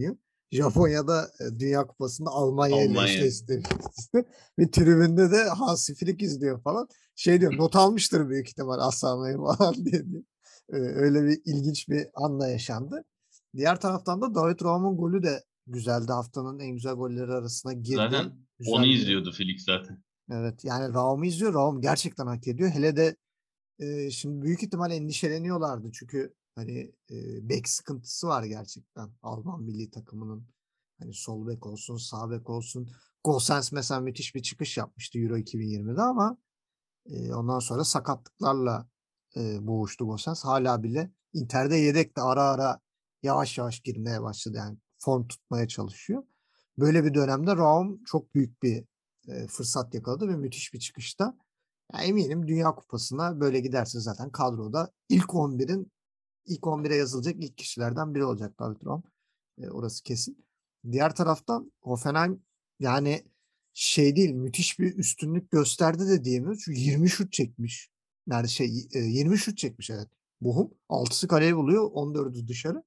Japonya'da e, Dünya Kupası'nda Almanya ile Almanya. eşleşti. Ve tribünde de Hansi Flick izliyor falan. Şey diyor, not almıştır büyük ihtimal Asamoah falan diye. diye. Ee, Öyle bir ilginç bir anla yaşandı. Diğer taraftan da David Raum'un golü de güzeldi. Haftanın en güzel golleri arasına girdi. Zaten onu Güzel bir gol. izliyordu Felix zaten. Evet, yani Raum'u izliyor. Raum gerçekten hak ediyor. Hele de e, şimdi büyük ihtimal endişeleniyorlardı. Çünkü hani e, bek sıkıntısı var gerçekten Alman milli takımının. Hani sol bek olsun, sağ bek olsun. Gosens mesela müthiş bir çıkış yapmıştı Euro iki bin yirmide ama e, ondan sonra sakatlıklarla e, boğuştu Gosens. Hala bile Inter'de yedek de ara ara yavaş yavaş girmeye başladı. Yani form tutmaya çalışıyor. Böyle bir dönemde Raum çok büyük bir e, fırsat yakaladı ve müthiş bir çıkışta. Ya eminim Dünya Kupası'na böyle giderse zaten kadroda ilk on birin ilk on bire yazılacak ilk kişilerden biri olacak David Raum. E, orası kesin. Diğer taraftan Hoffenheim yani şey değil, müthiş bir üstünlük gösterdi de diyemiyoruz. Çünkü yirmi şut çekmiş. Yani şey e, yirmi şut çekmiş, evet. Bochum altısı kaleye buluyor, on dördü dışarı.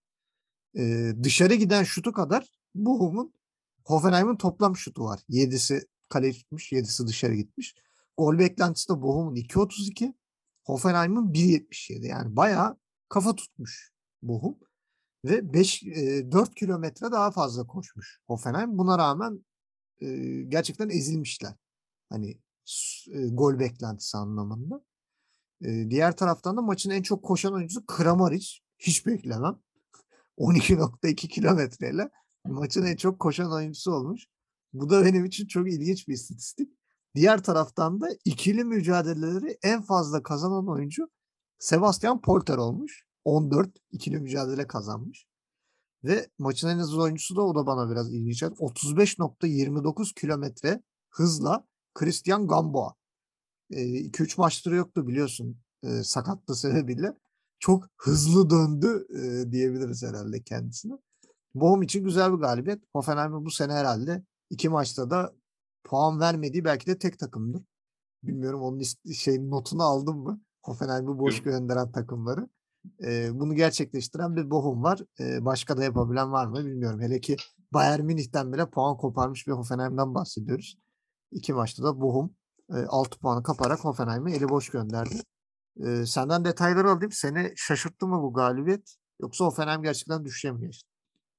E, dışarı giden şutu kadar Bochum'un Hoffenheim'in toplam şutu var. yedisi kaleyi tutmuş, yedisi dışarı gitmiş. Gol beklentisi de Bochum'un iki otuz iki, Hoffenheim'in bir yetmiş yedi. Yani bayağı kafa tutmuş Bochum. Ve beş, e, dört kilometre daha fazla koşmuş Hoffenheim. Buna rağmen e, gerçekten ezilmişler. Hani e, gol beklentisi anlamında. E, diğer taraftan da maçın en çok koşan oyuncusu Kramaric. Hiç beklemem. on iki nokta iki kilometreyle maçın en çok koşan oyuncusu olmuş. Bu da benim için çok ilginç bir istatistik. Diğer taraftan da ikili mücadeleleri en fazla kazanan oyuncu Sebastian Polter olmuş. on dört ikili mücadele kazanmış. Ve maçın en hızlı oyuncusu da o da bana biraz ilginç geldi. otuz beş nokta yirmi dokuz kilometre hızla Christian Gamboa. iki üç maçları yoktu biliyorsun e, sakatlığı sebebiyle. Çok hızlı döndü e, diyebiliriz herhalde kendisine. Bochum için güzel bir galibiyet. Hoffenheim'in bu sene herhalde iki maçta da puan vermediği belki de tek takımdır. Bilmiyorum onun şey notunu aldın mı? Hoffenheim'i boş Yok. gönderen takımları. Ee, bunu gerçekleştiren bir Bochum var. Ee, başka da yapabilen var mı bilmiyorum. Hele ki Bayern Münih'ten bile puan koparmış bir Hoffenheim'den bahsediyoruz. İki maçta da Bochum e, altı puanı kaparak Hoffenheim'i eli boş gönderdi. Ee, senden detayları alayım. Seni şaşırttı mı bu galibiyet? Yoksa Hoffenheim gerçekten düşüşe mi geçti?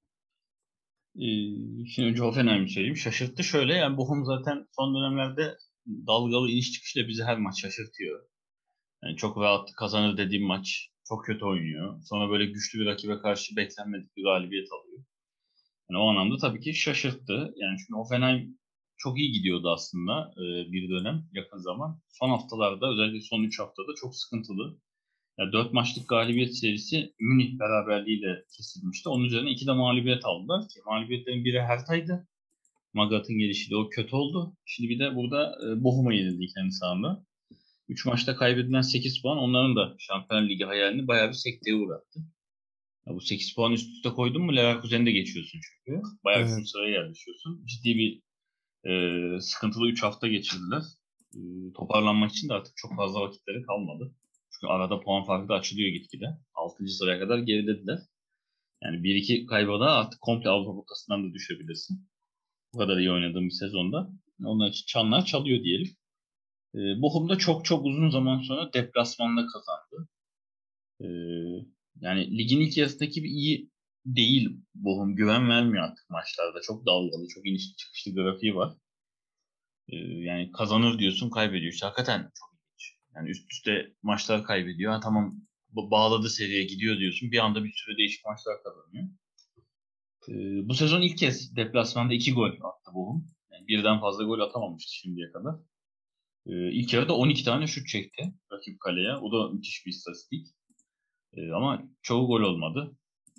Ee, şimdi önce Hoffenheim'i söyleyeyim. Şaşırttı şöyle. Yani Bochum zaten son dönemlerde dalgalı iniş çıkışla bizi her maç şaşırtıyor. Yani çok rahat kazanır dediğim maç çok kötü oynuyor. Sonra böyle güçlü bir rakibe karşı beklenmedik bir galibiyet alıyor. Yani o anlamda tabii ki şaşırttı. Yani çünkü Hoffenheim çok iyi gidiyordu aslında e, bir dönem yakın zaman. Son haftalarda özellikle son üç haftada çok sıkıntılı. Yani dört maçlık galibiyet serisi Münih beraberliğiyle kesilmişti. Onun üzerine iki de mağlubiyet aldılar ki mağlubiyetlerin biri Hertha'ydı. Magath'ın gelişiyle o kötü oldu. Şimdi bir de burada e, Bochum'a yenildi kendi sahanda. üç maçta kaybedilen sekiz puan onların da Şampiyonlar Ligi hayalini bayağı bir sekteye uğrattı. Ya bu sekiz puan üst üste koydun mu Leverkusen'i de geçiyorsun çünkü. Bayağı Evet. üçüncü sıraya yerleşiyorsun. Ciddi bir e, sıkıntılı üç hafta geçirdiler. E, toparlanmak için de artık çok fazla vakitleri kalmadı. Çünkü arada puan farkı da açılıyor gitgide. altıncı sıraya kadar geridediler. Yani bir iki kaybada artık komple Avrupa potasından da düşebilirsin. Bu kadar iyi oynadığım bir sezonda. Onun için çanlar çalıyor diyelim. E, Bochum da çok çok uzun zaman sonra deplasmanda kazandı. E, yani ligin ilk yarısındaki gibi iyi değil Bochum. Güven vermiyor artık maçlarda. Çok dalgalı, çok inişli çıkışlı grafiği var. E, yani kazanır diyorsun, kaybediyor. İşte hakikaten çok ilginç. Yani üst üste maçlar kaybediyor. Ha, tamam bağladı seriye gidiyor diyorsun. Bir anda bir sürü değişik maçlar kazanıyor. E, bu sezon ilk kez deplasmanda iki gol attı Bochum. Yani birden fazla gol atamamıştı şimdiye kadar. E, ilk yarıda on iki tane şut çekti rakip kaleye. O da müthiş bir istatistik. E, ama çoğu gol olmadı.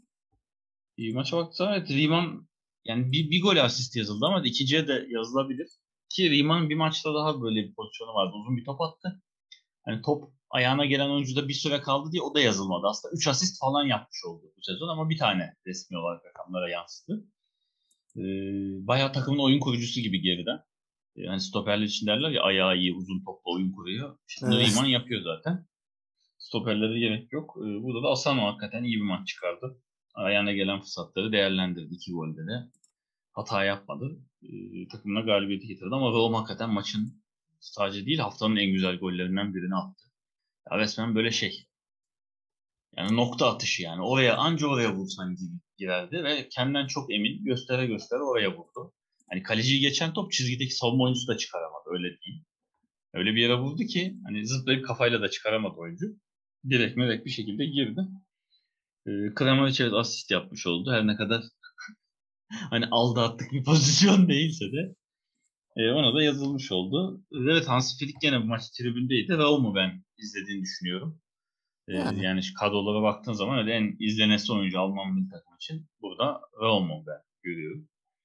E, maça baktığımda evet Riemann yani bir, bir gol asist yazıldı ama ikinciye de yazılabilir. Ki Riemann bir maçta daha böyle bir pozisyonu vardı. Uzun bir top attı. Hani top ayağına gelen oyuncuda bir süre kaldı diye o da yazılmadı. Aslında üç asist falan yapmış oldu bu sezon ama bir tane resmi olarak rakamlara yansıdı. E, bayağı takımın oyun kurucusu gibi geriden. E, hani stoperler için derler ya ayağı iyi uzun topla oyun kuruyor. İşte bunu Evet. Riemann yapıyor zaten. Stoperlere gerek yok. E, burada da Asano hakikaten iyi bir maç çıkardı. ayağına gelen fırsatları değerlendirdi. İki golde de hata yapmadı. E, takımına galibiyeti getirdi ama Roma hakikaten maçın sadece değil haftanın en güzel gollerinden birini attı. Ya resmen böyle şey. Yani nokta atışı yani. Oraya anca oraya vursan gibi girerdi ve kendinden çok emin göstere göstere oraya vurdu. Hani kaleciyi geçen top çizgideki savunma oyuncusu da çıkaramadı öyle diyeyim. Öyle bir yere vurdu ki hani zıplayıp kafayla da çıkaramadı oyuncu. Direkt merek bir şekilde girdi. E, Kramaric asist yapmış oldu. Her ne kadar hani aldı attık bir pozisyon değilse de e, ona da yazılmış oldu. Evet Hansi Flick gene bu maç tribündeydi. Raum'u ben izlediğini düşünüyorum. E, Yani yani şu kadrolara baktığın zaman öyle en izlenesi oyuncu Alman milli takım için burada Raum'u ben görüyorum.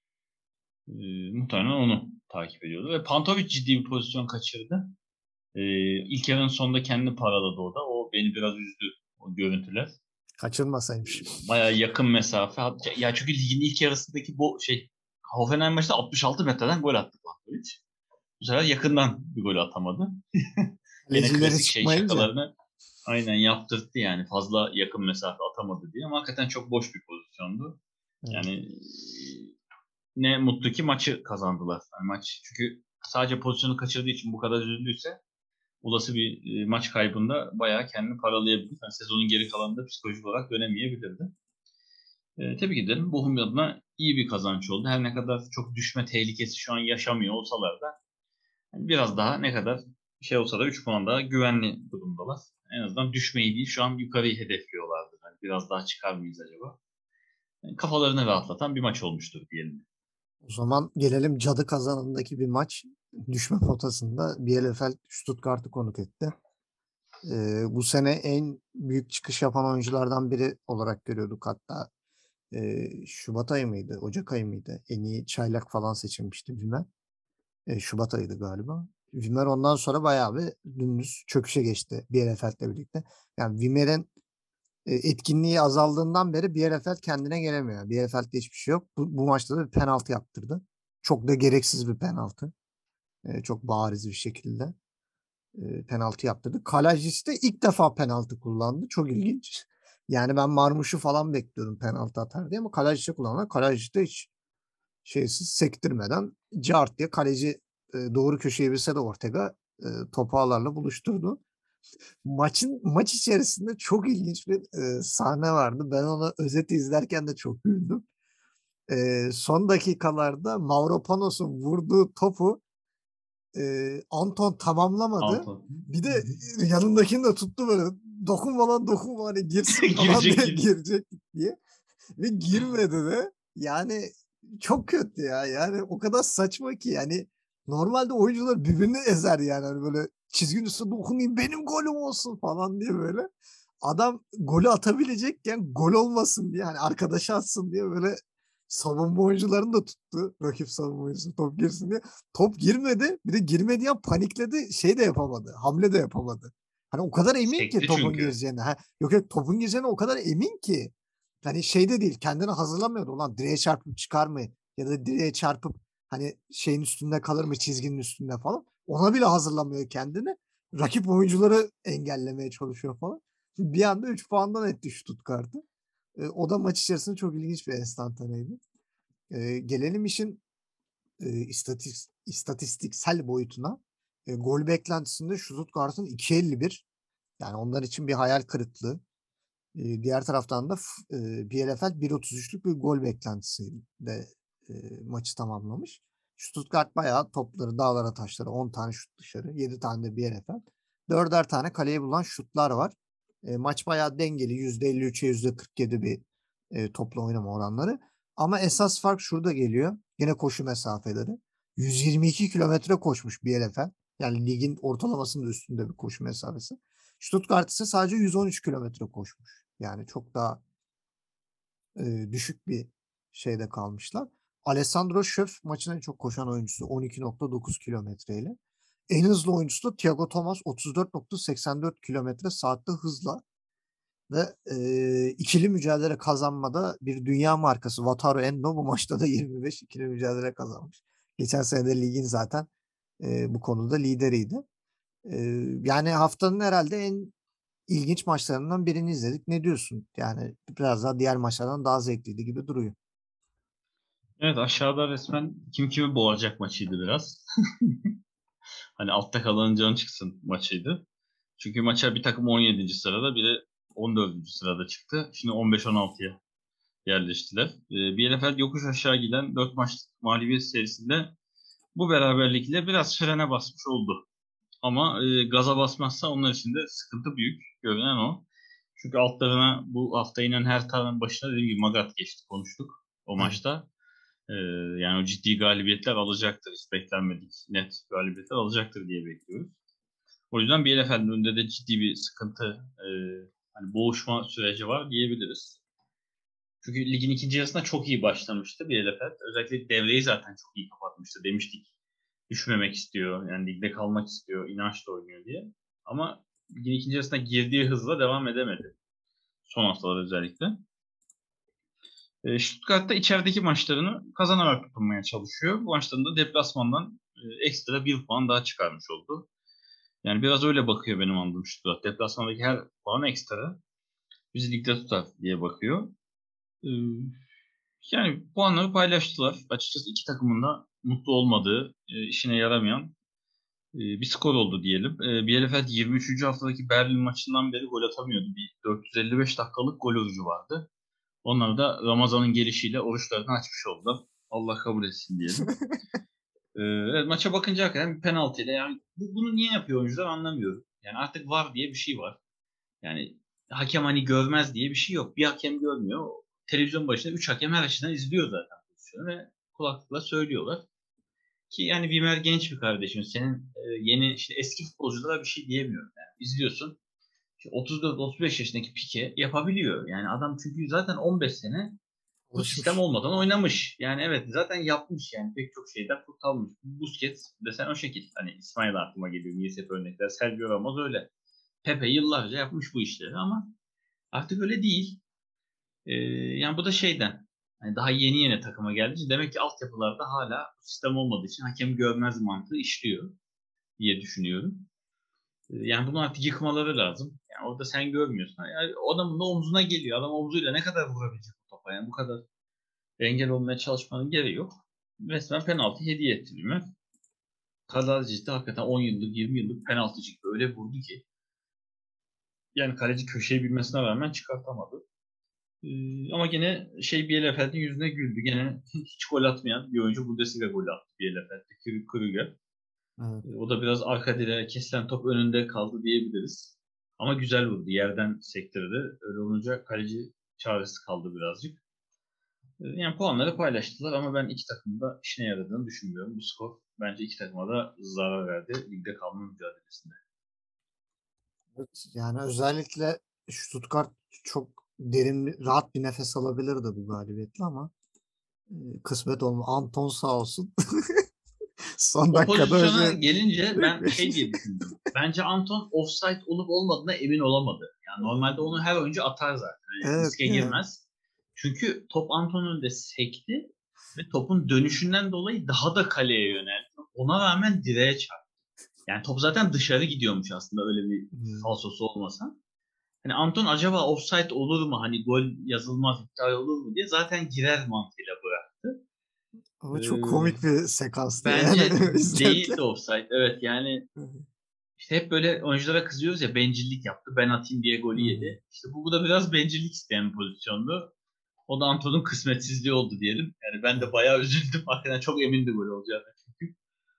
E, muhtemelen onu takip ediyordu. Ve Pantovic ciddi bir pozisyon kaçırdı. E, ilk yarının sonunda kendini paraladı o da. O beni biraz üzdü o görüntüler. kaçırmasaymış. Bayağı yakın mesafe. Hatta- Ya çünkü ligin ilk yarısındaki bu şey Hoffenheim maçta altmış altı metreden gol attı Pantovic. Bu sefer yakından bir gol atamadı. Gene Kalecileri klasik şey çıkmayınca. şakalarını aynen yaptırttı yani. Fazla yakın mesafe atamadı diye. Ama hakikaten çok boş bir pozisyondu. Evet. Yani e, ne mutlu ki maçı kazandılar. Yani maç çünkü sadece pozisyonu kaçırdığı için bu kadar üzüldüyse olası bir e, maç kaybında bayağı kendini paralayabilir. Yani sezonun geri kalanında psikolojik olarak dönemeyebilirdi. E, tebrik ederim. Bochum adına iyi bir kazanç oldu. Her ne kadar çok düşme tehlikesi şu an yaşamıyor olsalar da yani biraz daha ne kadar şey olsa da üç puan daha güvenli durumdalar. En azından düşmeyi değil şu an yukarıyı hedefliyorlardı. Yani biraz daha çıkar mıyız acaba? Yani kafalarını rahatlatan bir maç olmuştur diyelim. O zaman gelelim cadı kazanındaki bir maç. Düşme potasında Bielefeld Stuttgart'ı konuk etti. Ee, bu sene en büyük çıkış yapan oyunculardan biri olarak görüyorduk hatta. Ee, Şubat ayı mıydı? Ocak ayı mıydı? En iyi çaylak falan seçilmişti Wimmer. Ee, Şubat ayıydı galiba. Wimmer ondan sonra bayağı bir dümdüz çöküşe geçti Bielefeld'le birlikte. Yani Wimmer'in e, etkinliği azaldığından beri Bielefeld kendine gelemiyor. Bielefeld'de hiçbir şey yok. Bu, bu maçta da bir penaltı yaptırdı. Çok da gereksiz bir penaltı. E, çok bariz bir şekilde e, penaltı yaptırdı. Kalajdzic de ilk defa penaltı kullandı. Çok ilginç. Yani ben Marmuş'u falan bekliyordum penaltı atar diye ama Kalajdzic'e kullandı. Kalajdzic de hiç şeysiz sektirmeden cart diye kaleci e, doğru köşeye bilse de Ortega e, topu ağlarla buluşturdu. Maçın maç içerisinde çok ilginç bir e, sahne vardı. Ben onu özeti izlerken de çok güldüm. E, son dakikalarda Mavropanos'un vurduğu topu e, Anton tamamlamadı. Altı. Bir de yanındakini de tuttu böyle. Dokunma lan dokunma hani girsin falan Girecek diye girecek. girecek diye. Ve girmedi de. Yani çok kötü ya. Yani o kadar saçma ki yani normalde oyuncular birbirini ezer yani. Hani böyle çizginin üstüne dokunayım benim golüm olsun falan diye böyle. Adam golü atabilecekken gol olmasın diye hani arkadaşı atsın diye böyle savunma oyuncularını da tuttu. Rakip savunma oyuncusu top girsin diye. Top girmedi. Bir de girmediği an panikledi. Şey de yapamadı. Hamle de yapamadı. Hani o kadar emin ki Sekti topun çünkü. gireceğine. Ha, yok yok topun gireceğine o kadar emin ki. Hani şeyde değil kendini hazırlamıyordu. Ulan direğe çarpıp çıkar mı? Ya da direğe çarpıp hani şeyin üstünde kalır mı çizginin üstünde falan. Ona bile hazırlamıyor kendini. Rakip oyuncuları engellemeye çalışıyor falan. Bir anda üç puandan etti Stuttgart'ı. E, o da maç içerisinde çok ilginç bir enstantaneydi. E, gelelim işin e, istatis, istatistiksel boyutuna. E, gol beklentisinde Stuttgart'ın iki elli bir. Yani onlar için bir hayal kırıklığı. E, diğer taraftan da e, Bielefeld bir otuz üçlük bir gol beklentisiyle e, maçı tamamlamış. Stuttgart bayağı topları dağlara taşlara on tane şut dışarı, yedi tane de Bielefeld. Dörder tane kaleye bulan şutlar var. E, maç bayağı dengeli. yüzde elli üçe yüzde kırk yedi bir e, topla oynama oranları. Ama esas fark şurada geliyor. Yine koşu mesafeleri. yüz yirmi iki kilometre koşmuş Bielefeld. Yani ligin ortalamasının üstünde bir koşu mesafesi. Stuttgart ise sadece yüz on üç kilometre koşmuş. Yani çok daha e, düşük bir şeyde kalmışlar. Alessandro Schöpf maçın en çok koşan oyuncusu on iki nokta dokuz kilometreyle. En hızlı oyuncusu da Thiago Thomas otuz dört nokta seksen dört kilometre saatte hızla ve e, ikili mücadele kazanmada bir dünya markası Wataru Endo bu maçta da yirmi beş ikili mücadele kazanmış. Geçen sene de ligin zaten e, bu konuda lideriydi. E, yani haftanın herhalde en ilginç maçlarından birini izledik. Ne diyorsun? Yani biraz daha diğer maçlardan daha zevkliydi gibi duruyor. Evet, aşağıda resmen kim kimi boğacak maçıydı biraz. Hani altta kalanın canı çıksın maçıydı. Çünkü maça bir takım on yedinci sırada, biri on dördüncü sırada çıktı. Şimdi on beş on altıya yerleştiler. Ee, B L F L yokuş aşağı giden dört maçlık mağlubiyet serisinde bu beraberlikle biraz frene basmış oldu. Ama e, gaza basmazsa onlar için de sıkıntı büyük. Görünen o. Çünkü altlarına bu hafta inen her tarafın başına dediğim gibi Magat geçti, konuştuk o Evet. maçta. Ee, yani o ciddi galibiyetler alacaktır. Hiç beklenmedik net galibiyetler alacaktır diye bekliyoruz. O yüzden B L F L'nin önünde de ciddi bir sıkıntı, e, hani boğuşma süreci var diyebiliriz. Çünkü ligin ikinci yarısında çok iyi başlamıştı B L F L. Özellikle devreyi zaten çok iyi kapatmıştı. Demiştik düşmemek istiyor. Yani ligde kalmak istiyor. İnançla oynuyor diye. Ama ligin ikinci yarısına girdiği hızla devam edemedi. Son haftalar özellikle. E, Stuttgart'ta içerideki maçlarını kazanarak tutunmaya çalışıyor. Bu maçlarında deplasmandan e, ekstra bir puan daha çıkarmış oldu. Yani biraz öyle bakıyor benim anladığım Stuttgart. Deplasmandaki her puan ekstra bizi ligde tutar diye bakıyor. E, yani puanları paylaştılar. Açıkçası iki takımın da mutlu olmadığı, e, işine yaramayan e, bir skor oldu diyelim. E, B L F L yirmi üçüncü haftadaki Berlin maçından beri gol atamıyordu. Bir dört yüz elli beş dakikalık gol orucu vardı. Onlar da Ramazan'ın gelişiyle oruçlarını açmış oldular. Allah kabul etsin diyelim. Ee, evet, maça bakınca hakikaten bir penaltıyla, yani bu, bunu niye yapıyor oyuncular anlamıyorum. Yani artık var diye bir şey var. Yani hakem hani görmez diye bir şey yok. Bir hakem görmüyor. Televizyon başında üç hakem her açıdan izliyor zaten pozisyonu ve kulaklıkla söylüyorlar. Ki yani Vimer genç bir kardeşim. Senin e, yeni işte eski futbolculara bir şey diyemiyorum. Yani izliyorsun. otuz dört otuz beş yaşındaki Pique yapabiliyor. Yani adam çünkü zaten on beş sene bu sistem Alışmış. olmadan oynamış. Yani evet, zaten yapmış yani pek çok şeyden kurtarmış. Busquets desen o şekil. Hani İsmail aklıma geliyor. Niye hep örnekler. Sergio Ramos öyle. Pepe yıllarca yapmış bu işleri ama artık öyle değil. Ee, yani bu da şeyden. Hani daha yeni yeni takıma geldi. Demek ki altyapılarda hala bu sistem olmadığı için hakem görmez mantığı işliyor diye düşünüyorum. Ee, yani bunu artık yıkmaları lazım. Yani orada sen görmüyorsun. Yani adamın da omzuna geliyor. Adam omzuyla ne kadar vurabilecek bu topa? Yani bu kadar engel olmaya çalışmanın gereği yok. Resmen penaltı hediye etti Lümer. Kaleci de hakikaten on yıllık yirmi yıllık penaltıcı gibi öyle vurdu ki. Yani kaleci köşeyi bilmesine rağmen çıkartamadı. Ee, ama gene şey Bielefeld'in yüzüne güldü. Gene hiç gol atmayan bir oyuncu Bundesliga golü attı Bielefeld'de. Krüger. Evet. Ee, o da biraz arka direğe kesilen top önünde kaldı diyebiliriz. Ama güzel vurdu. Yerden sektirdi. Öyle olunca kaleci çaresiz kaldı birazcık. Yani puanları paylaştılar ama ben iki takımın da işine yaradığını düşünmüyorum. Bu skor bence iki takıma da zarar verdi ligde kalma mücadelesinde. Evet, yani özellikle Stuttgart çok derin, bir- rahat bir nefes alabilirdi bu galibiyetle ama e, kısmet olma. Anton sağ olsun. Son O dakikada pozisyona öyle. gelince ben şey diye düşündüm. Bence Anton offside olup olmadığına emin olamadı. Yani normalde onu her oyuncu atar zaten. Yani Evet riske yani. girmez. Çünkü top Anton'un önünde sekti ve topun dönüşünden dolayı daha da kaleye yöneldi. Ona rağmen direğe çarptı. Yani top zaten dışarı gidiyormuş aslında öyle bir Hmm. falsosu olmasa. Hani Anton acaba offside olur mu? Hani gol yazılmaz, iptal olur mu diye zaten girer mantığıyla bıraktı. Ama çok Ee, komik bir sekanstı yani bence izlerken. değildi offside. Evet yani işte hep böyle oyunculara kızıyoruz ya, bencillik yaptı. Ben atayım diye golü Hmm. yedi. İşte bu, bu da biraz bencillik isteyen bir pozisyondu. O da Anton'un kısmetsizliği oldu diyelim. Yani ben de bayağı üzüldüm. Hakikaten çok emindi gol olacağını çünkü.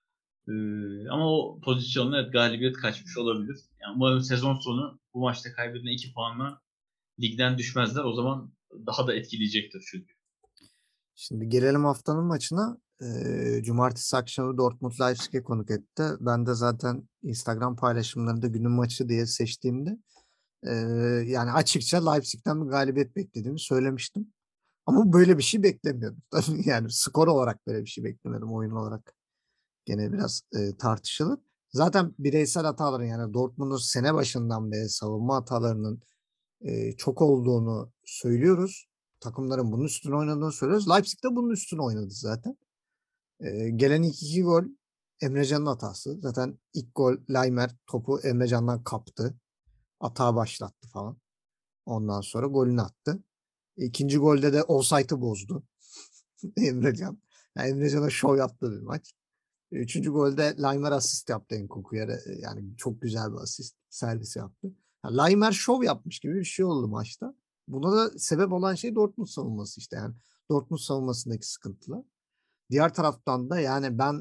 Ee, ama o pozisyonla evet, galibiyet kaçmış olabilir. Yani umarım sezon sonu bu maçta kaybedilen iki puanla ligden düşmezler. O zaman daha da etkileyecektir çünkü. Şimdi gelelim haftanın maçına. Ee, Cumartesi akşamı Dortmund Leipzig'e konuk etti. Ben de zaten Instagram paylaşımlarında günün maçı diye seçtiğimde e, yani açıkça Leipzig'ten bir galibiyet beklediğimi söylemiştim. Ama böyle bir şey beklemiyordum. Tabii yani skor olarak böyle bir şey beklemiyordum. Oyun olarak gene biraz e, tartışılır. Zaten bireysel hataların yani Dortmund'un sene başından beri savunma hatalarının e, çok olduğunu söylüyoruz. Takımların bunun üstüne oynadığını söylüyoruz. Leipzig de bunun üstüne oynadı zaten. E, gelen ilk iki gol Emrecan'ın hatası. Zaten ilk gol Laimer topu Emrecan'dan kaptı. Atağı başlattı falan. Ondan sonra golünü attı. İkinci golde de offside'ı bozdu. Emrecan. Yani Emrecan'a şov yaptı bir maç. Üçüncü golde Laimer asist yaptı Nkunku'ya. Yani çok güzel bir asist. Servis yaptı. Yani Laimer şov yapmış gibi bir şey oldu maçta. Buna da sebep olan şey Dortmund savunması işte. Yani Dortmund savunmasındaki sıkıntılar. Diğer taraftan da yani ben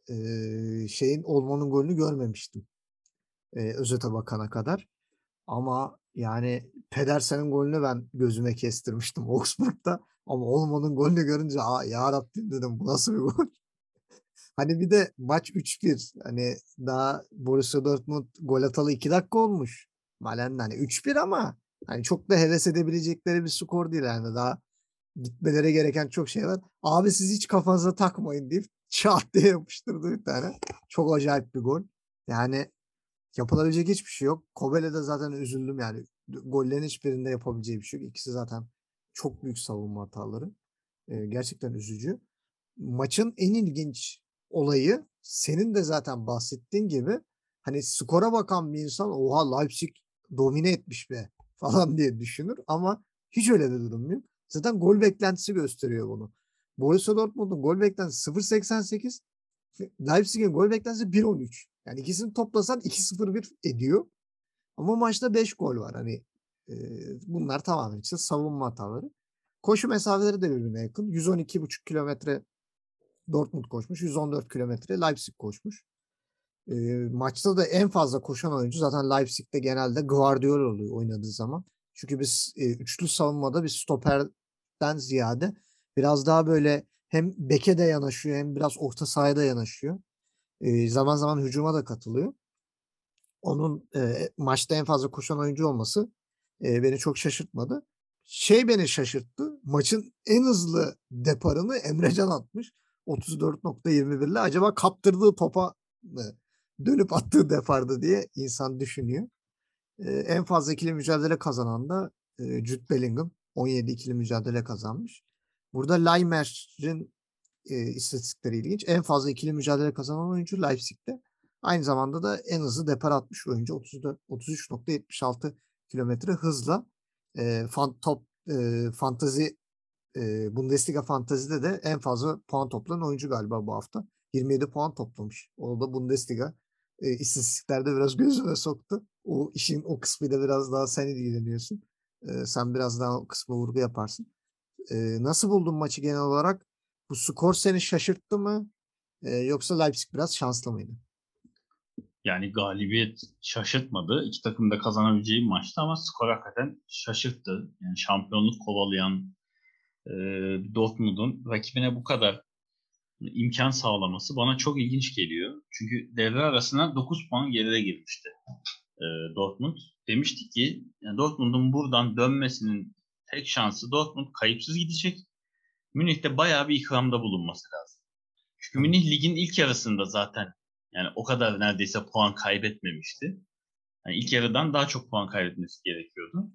e, şeyin Olmo'nun golünü görmemiştim. E, özete bakana kadar. Ama yani Pedersen'in golünü ben gözüme kestirmiştim Augsburg'da. Ama Olmo'nun golünü görünce Aa, ya Rabbim dedim bu nasıl bir gol? Hani bir de maç üç bir. Hani daha Borussia Dortmund gol atalı iki dakika olmuş. Malen hani üç bir ama hani çok da heves edebilecekleri bir skor değil yani. Daha gitmeleri gereken çok şey var. Abi siz hiç kafanıza takmayın deyip çat diye yapıştırdı bir tane. Çok acayip bir gol. Yani yapılabilecek hiçbir şey yok. Kobele'de zaten üzüldüm yani. Gollerin hiçbirinde yapabileceği bir şey yok. İkisi zaten çok büyük savunma hataları. Ee, gerçekten üzücü. Maçın en ilginç olayı senin de zaten bahsettiğin gibi hani skora bakan bir insan oha Leipzig domine etmiş be falan diye düşünür ama hiç öyle bir durum yok. Zaten gol beklentisi gösteriyor bunu. Borussia Dortmund'un gol beklentisi sıfır virgül seksen sekiz, Leipzig'in gol beklentisi bir virgül on üç. Yani ikisini toplasan iki sıfır bir ediyor. Ama maçta beş gol var. Hani e, bunlar tamamen işte savunma hataları. Koşu mesafeleri de birbirine yakın. yüz on iki buçuk kilometre Dortmund koşmuş. yüz on dört kilometre Leipzig koşmuş. E, maçta da en fazla koşan oyuncu zaten Leipzig'te genelde Guardiola oluyor oynadığı zaman. Çünkü biz e, üçlü savunmada bir stoperden ziyade biraz daha böyle hem beke de yanaşıyor hem biraz orta sahaya da yanaşıyor. E, zaman zaman hücuma da katılıyor. Onun e, maçta en fazla koşan oyuncu olması e, beni çok şaşırtmadı. Şey beni şaşırttı. Maçın en hızlı deparını Emrecan atmış. otuz dört nokta yirmi bir ile acaba kaptırdığı topa mı dönüp attığı depardı diye insan düşünüyor. E, en fazla ikili mücadele kazanan da e, Jude Bellingham. on yedi ikili mücadele kazanmış. Burada Laimer'in e, istatistikleri ilginç. En fazla ikili mücadele kazanan oyuncu Leipzig'te. Aynı zamanda da en hızlı depar atmış oyuncu otuz dört, otuz üç nokta yetmiş altı kilometre hızla e, fan, top e, fantazi e, Bundesliga fantazide de en fazla puan toplayan oyuncu galiba bu hafta. yirmi yedi puan toplamış. O da Bundesliga e, istatistiklerde biraz gözüme soktu. O işin o kısmıyla biraz daha sen ilgileniyorsun. E, sen biraz daha o kısma vurgu yaparsın. E, nasıl buldun maçı genel olarak? Bu skor seni şaşırttı mı? E, yoksa Leipzig biraz şanslı mıydı? Yani galibiyet şaşırtmadı. İki takım da kazanabileceği bir maçtı ama skor hakikaten şaşırttı. Yani şampiyonluk kovalayan e, Dortmund'un rakibine bu kadar imkan sağlaması bana çok ilginç geliyor. Çünkü devre arasına dokuz puan geride girmişti e, Dortmund. Demiştik ki yani Dortmund'un buradan dönmesinin tek şansı Dortmund kayıpsız gidecek. Münih'te bayağı bir ikramda bulunması lazım. Çünkü Münih ligin ilk yarısında zaten yani o kadar neredeyse puan kaybetmemişti. Yani ilk yarıdan daha çok puan kaybetmesi gerekiyordu.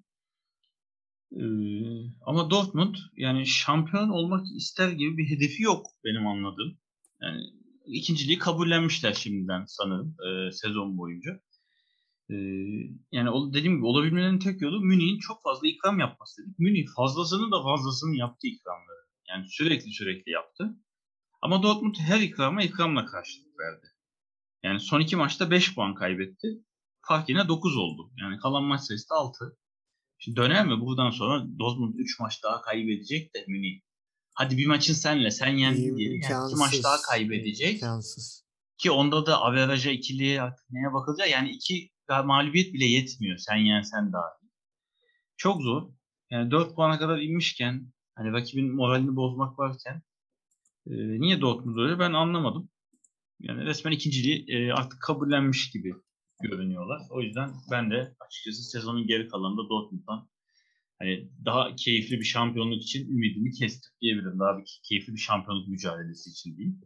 Ee, ama Dortmund yani şampiyon olmak ister gibi bir hedefi yok benim anladığım. Yani ikinciliği kabullenmişler şimdiden sanırım e, sezon boyunca. Ee, yani o, dediğim gibi olabilmelerinin tek yolu Münih'in çok fazla ikram yapması dedik. Münih fazlasını da fazlasını yaptı ikramları. Yani sürekli sürekli yaptı. Ama Dortmund her ikrama ikramla karşılık verdi. Yani son iki maçta beş puan kaybetti. Fark yine dokuz oldu. Yani kalan maç sayısı da altı. Şimdi döner mi buradan sonra Dortmund üç maç daha kaybedecek de Münih? Hadi bir maçın senle sen yendin diyelim. Yani iki maç daha kaybedecek. İmkansız. Ki onda da averaja ikiliye artık neye bakılacak? Yani iki mağlubiyet bile yetmiyor. Sen yensen dahi. Çok zor. Yani dört puana kadar inmişken hani rakibin moralini bozmak varken e, niye Dortmund öyle ben anlamadım. Yani resmen ikinciliği e, artık kabullenmiş gibi görünüyorlar. O yüzden ben de açıkçası sezonun geri kalanında Dortmund'dan hani daha keyifli bir şampiyonluk için ümidimi kestim diyebilirim. Daha bir keyifli bir şampiyonluk mücadelesi için değil.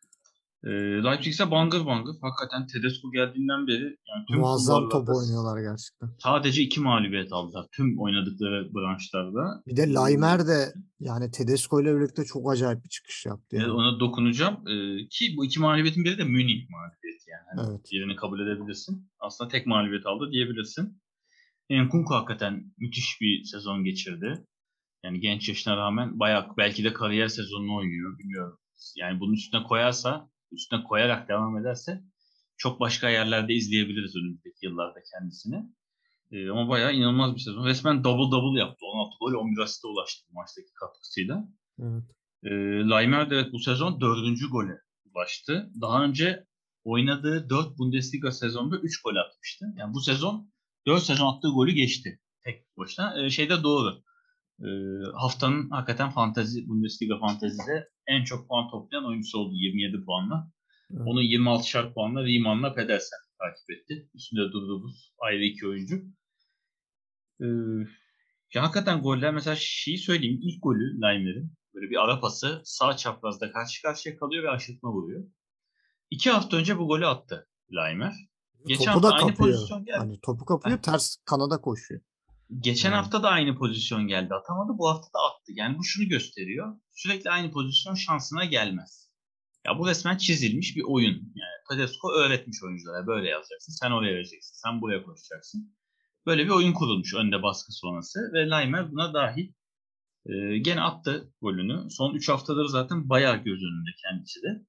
E, Leipzig ise bangır bangır. Hakikaten Tedesco geldiğinden beri yani tüm Muazzam top kulvarlarda oynuyorlar gerçekten. sadece iki mağlubiyet aldılar. Tüm oynadıkları branşlarda. Bir de Laimer de yani Tedesco ile birlikte çok acayip bir çıkış yaptı. Yani. Evet, ona dokunacağım. Ee, ki bu iki mağlubiyetin biri de Münih mağlubiyeti yani. Hani Evet. yerini kabul edebilirsin. Aslında tek mağlubiyet aldı diyebilirsin. Nkunku hakikaten müthiş bir sezon geçirdi. Yani genç yaşına rağmen bayağı belki de kariyer sezonunu oynuyor. Bilmiyorum. Yani bunun üstüne koyarsa, üstüne koyarak devam ederse çok başka yerlerde izleyebiliriz önümüzdeki yıllarda kendisini. Ee, ama bayağı inanılmaz bir sezon. Resmen double double yaptı. on altı gol, on bir asiste ulaştı bu maçtaki katkısıyla. Evet. Ee, Laimer de evet, bu sezon dördüncü gole ulaştı. Daha önce oynadığı dört Bundesliga sezonda üç gol atmıştı. Yani bu sezon dört sezon attığı golü geçti tek başına. Ee, şey de doğru. Ee, haftanın hakikaten fantezi, Bundesliga fantezide en çok puan toplayan oyuncusu oldu yirmi yedi puanla. Evet. Onu yirmi altışar puanla Riemann'la Pedersen takip etti. Üstünde durduğumuz ayrı iki oyuncu. Ee, ya hakikaten goller mesela şeyi söyleyeyim. İlk golü Laimer'in böyle bir ara pası sağ çaprazda karşı karşıya kalıyor ve aşırtma vuruyor. İki hafta önce bu golü attı Laimer. Geçen Topu hafta da aynı kapıyor. pozisyon geldi. Hani topu kapıyor, Heh. ters kanada koşuyor. Geçen Yani. hafta da aynı pozisyon geldi. Atamadı. Bu hafta da attı. Yani bu şunu gösteriyor. Sürekli aynı pozisyon şansına gelmez. Ya bu resmen çizilmiş bir oyun. Yani Tedesco öğretmiş oyunculara. Böyle yazacaksın. Sen oraya vereceksin. Sen buraya koşacaksın. Böyle bir oyun kurulmuş önde baskı sonrası. Ve Laimer buna dahil. Ee, gene attı golünü. Son üç haftadır zaten bayağı göz önünde kendisi de.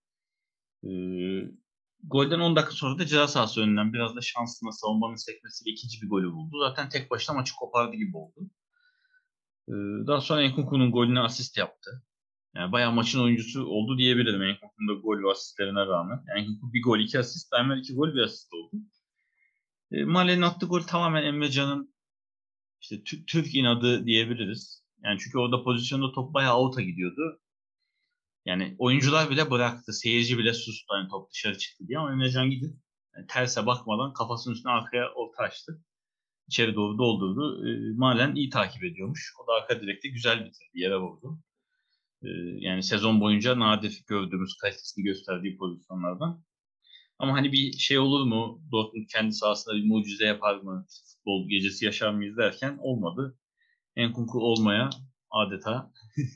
Ee, golden on dakika sonra da ceza sahası önünden biraz da şansına savunmanın sekmesiyle ikinci bir golü buldu. Zaten tek başına maçı kopardı gibi oldu. Ee, daha sonra Nkunku'nun golüne asist yaptı. Yani bayağı maçın oyuncusu oldu diyebilirim Nkunku'nun da gol ve asistlerine rağmen. Yani Nkunku bir gol, iki asist, Laimer iki gol, bir asist oldu. E, Male'nin attığı gol tamamen Emre Can'ın işte Tü- Türk inadı diyebiliriz. Yani çünkü orada pozisyonda top bayağı out'a gidiyordu. Yani oyuncular bile bıraktı. Seyirci bile sustu hani top dışarı çıktı diye. Ama Emre Can gidip yani terse bakmadan kafasının üstüne arkaya orta açtı. İçeri doğru doldurdu. E, Malen iyi takip ediyormuş. O da arka direkte güzel bitirdi. Yere vurdu. E, yani sezon boyunca nadir gördüğümüz kalitesini gösterdiği pozisyonlardan. Ama hani bir şey olur mu? Dortmund kendi sahasında bir mucize yapar mı? Futbol gecesi yaşar mıyız derken olmadı. Nkunku olmaya adeta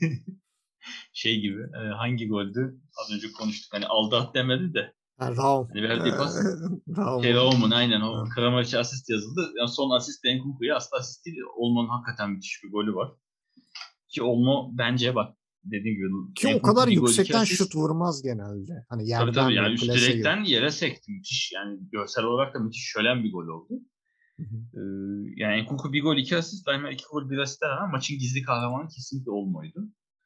şey gibi e, hangi goldü? Az önce konuştuk. Hani aldat demedi de Yani Raum. hani verdiği pas Raum'un. Raum'un aynen o Evet. Kramaric asist yazıldı. Yani son asist de Nkunku'ya aslında asist değil. Olmo'nun hakikaten müthiş bir golü var. Ki Olmo bence bak dediğim gibi Ki o Nkunku kadar bir gol iki yüksekten asist. şut vurmaz genelde. Hani Tabii tabii yerden yani böyle üst plase gibi. direkten yere sekti. Müthiş yani görsel olarak da müthiş şölen bir gol oldu. Hı hı. Ee, yani Nkunku bir gol iki asist, Laimer iki gol bir asist ama maçın gizli kahramanı kesinlikle Olmo'ydu.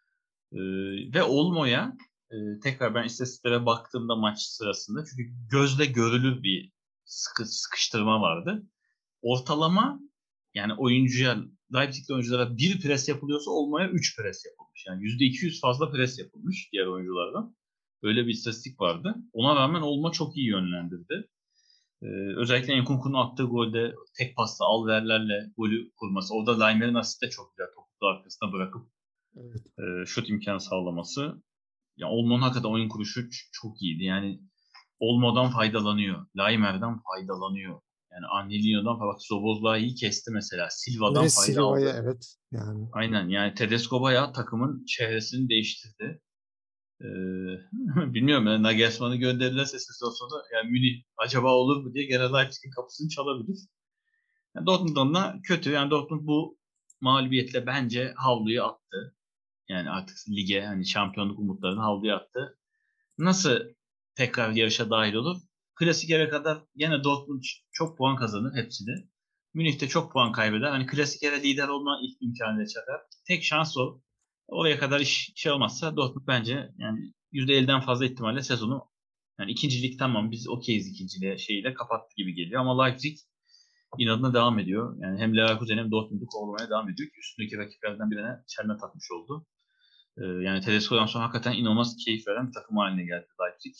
Ee, ve Olmo'ya e, tekrar ben istatistiklere baktığımda maç sırasında çünkü gözle görülür bir sıkı, sıkıştırma vardı. Ortalama yani oyuncuya Leipzig'li oyunculara bir pres yapılıyorsa Olmo'ya üç pres yapılmış. Yani yüzde iki yüz fazla pres yapılmış diğer oyunculardan. Öyle bir istatistik vardı. Ona rağmen Olmo çok iyi yönlendirdi. Ee, özellikle Nkunku'nun attığı golde tek pasla alverlerle golü kurması. Orada Laimer'in asisti de çok güzel. Topu da arkasına bırakıp Evet. e, şut imkanı sağlaması. Ya Olmo'nun hakikaten oyun kuruşu ç- çok iyiydi. Yani Olmo'dan faydalanıyor. Laimer'den faydalanıyor. Yani Angelinho'dan bak Szoboszlai'yi kesti mesela. Silva'dan Ve fayda Silva'ya aldı. evet. Yani. Aynen yani Tedesco bayağı takımın çehresini değiştirdi. Ee, bilmiyorum yani Nagelsmann'ı gönderirlerse sezon sonu yani Münih acaba olur mu diye gene Leipzig'in kapısını çalabilir. Yani Dortmund'dan da kötü. Yani Dortmund bu mağlubiyetle bence havluyu attı. Yani artık lige hani şampiyonluk umutlarını havluya attı. Nasıl tekrar yarışa dahil olur? Klasik yere kadar yine Dortmund çok puan kazanır hepsini. Münih de çok puan kaybeder. Hani klasik yere lider olma ilk imkanı çakar. Tek şans o. Oraya kadar iş şey olmazsa Dortmund bence yani yüzde elliden fazla ihtimalle sezonu yani ikincilik tamam biz okeyiz ikinciliğe şeyiyle kapattı gibi geliyor ama Leipzig inadına devam ediyor. Yani hem Leverkusen hem Dortmund'u kovalamaya devam ediyor ki üstündeki rakiplerden birine çelme takmış oldu. Ee, yani Tedesco'dan sonra hakikaten inanılmaz keyif veren bir takım haline geldi Leipzig.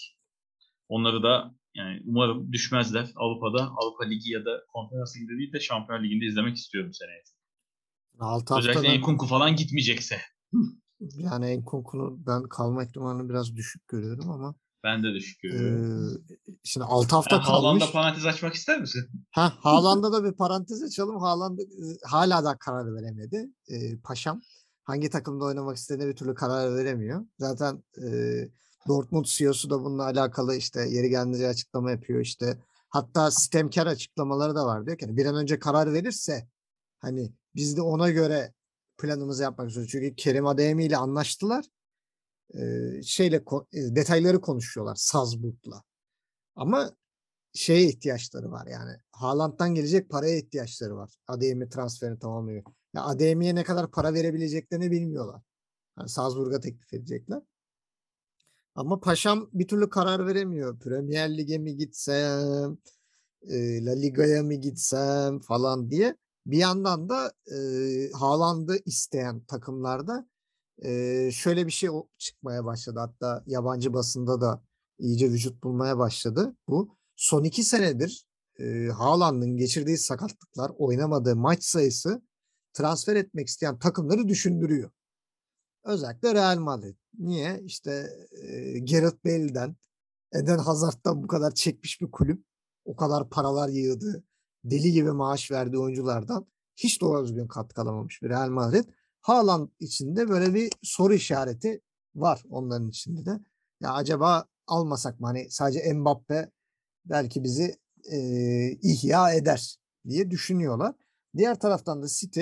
Onları da yani umarım düşmezler. Avrupa'da, Avrupa Ligi ya da Konferans Ligi'nde değil de Şampiyonlar Ligi'nde izlemek istiyorum seneye. altı Özellikle haftadan Nkunku falan gitmeyecekse. yani Nkunku'nun ben kalma ihtimalini biraz düşük görüyorum ama Ben de düşük e, görüyorum. şimdi altı E, hafta Haaland'a kalmış. parantez açmak ister misin? Ha, Haaland'a da bir parantez açalım. Haaland e, hala da karar veremedi. E, Paşam hangi takımda oynamak istediğine bir türlü karar veremiyor. Zaten e, Dortmund C E O'su da bununla alakalı işte yeri geldiğince açıklama yapıyor. İşte Hatta sistemkar açıklamaları da var. Diyor ki hani bir an önce karar verirse hani biz de ona göre planımızı yapmak istiyoruz. Çünkü Kerim Adeyemi ile anlaştılar. Ee, şeyle ko- e, detayları konuşuyorlar Salzburg'la. Ama şeye ihtiyaçları var yani. Haaland'dan gelecek paraya ihtiyaçları var. Adeyemi transferini tamamlıyor. Ya Adeyemi'ye ne kadar para verebileceklerini bilmiyorlar. Yani Salzburg'a teklif edecekler. Ama Paşam bir türlü karar veremiyor. Premier Lig'e mi gitsem, e, La Liga'ya mı gitsem falan diye. Bir yandan da e, Haaland'ı isteyen takımlarda e, şöyle bir şey o- çıkmaya başladı. Hatta yabancı basında da iyice vücut bulmaya başladı. Bu son iki senedir e, Haaland'ın geçirdiği sakatlıklar, oynamadığı maç sayısı transfer etmek isteyen takımları düşündürüyor. Özellikle Real Madrid. Niye? İşte e, Gareth Bale'den, Eden Hazard'dan bu kadar çekmiş bir kulüp, o kadar paralar yığdı, deli gibi maaş verdiği oyunculardan hiç doğru düzgün katkı alamamış bir Real Madrid. Haaland içinde böyle bir soru işareti var onların içinde de. Ya acaba almasak mı? Hani sadece Mbappe belki bizi e, ihya eder diye düşünüyorlar. Diğer taraftan da City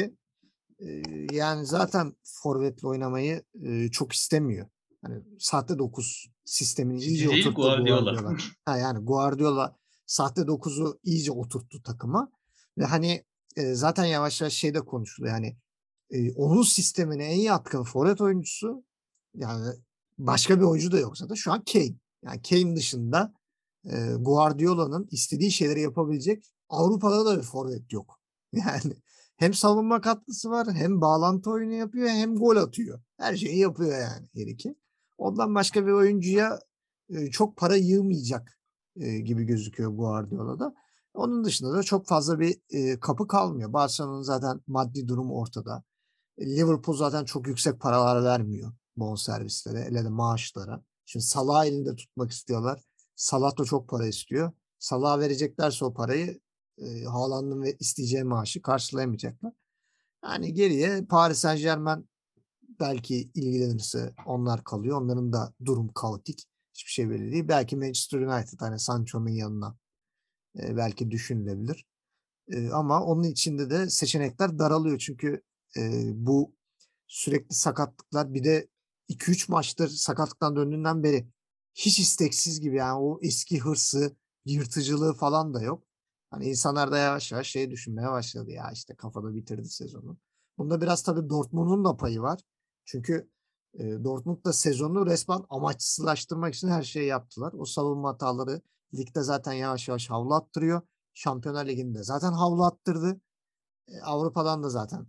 e, yani zaten forvetle oynamayı e, çok istemiyor. Hani sahte dokuz sistemini City iyice değil oturttu Guardiola. Guardiola. Ha yani Guardiola sahte dokuzu iyice oturttu takıma ve hani e, zaten yavaş yavaş şeyde konuşuluyor. Yani e, onun sistemine en yatkın forvet oyuncusu yani başka bir oyuncu da yok zaten. Şu an Kane. Yani Kane dışında e, Guardiola'nın istediği şeyleri yapabilecek Avrupa'da da bir forvet yok. Yani hem savunma katkısı var, hem bağlantı oyunu yapıyor, hem gol atıyor. Her şeyi yapıyor yani her iki. Ondan başka bir oyuncuya e, çok para yığmayacak e, gibi gözüküyor Guardiola'da. Onun dışında da çok fazla bir e, kapı kalmıyor. Barcelona'nın zaten maddi durumu ortada. Liverpool zaten çok yüksek paralar vermiyor bonservislere, hele de maaşlara. Şimdi Salah'ı elinde tutmak istiyorlar. Salah da çok para istiyor. Salah'a vereceklerse o parayı e, Haaland'ın ve isteyeceği maaşı karşılayamayacaklar. Yani geriye Paris Saint-Germain belki ilgilenirse onlar kalıyor. Onların da durum kaotik. Hiçbir şey belli değil. Belki Manchester United hani Sancho'nun yanına e, belki düşünülebilir. E, ama onun içinde de seçenekler daralıyor. Çünkü e, bu sürekli sakatlıklar bir de iki üç maçtır sakatlıktan döndüğünden beri hiç isteksiz gibi yani o eski hırsı, yırtıcılığı falan da yok. Hani insanlar da yavaş yavaş şey düşünmeye başladı ya işte kafada bitirdi sezonu. Bunda biraz tabii Dortmund'un da payı var. Çünkü e, Dortmund da sezonu resmen amaçsızlaştırmak için her şeyi yaptılar. O savunma hataları ligde zaten yavaş yavaş havlu attırıyor. Şampiyonlar Ligi'nde zaten havlu attırdı. E, Avrupa'dan da zaten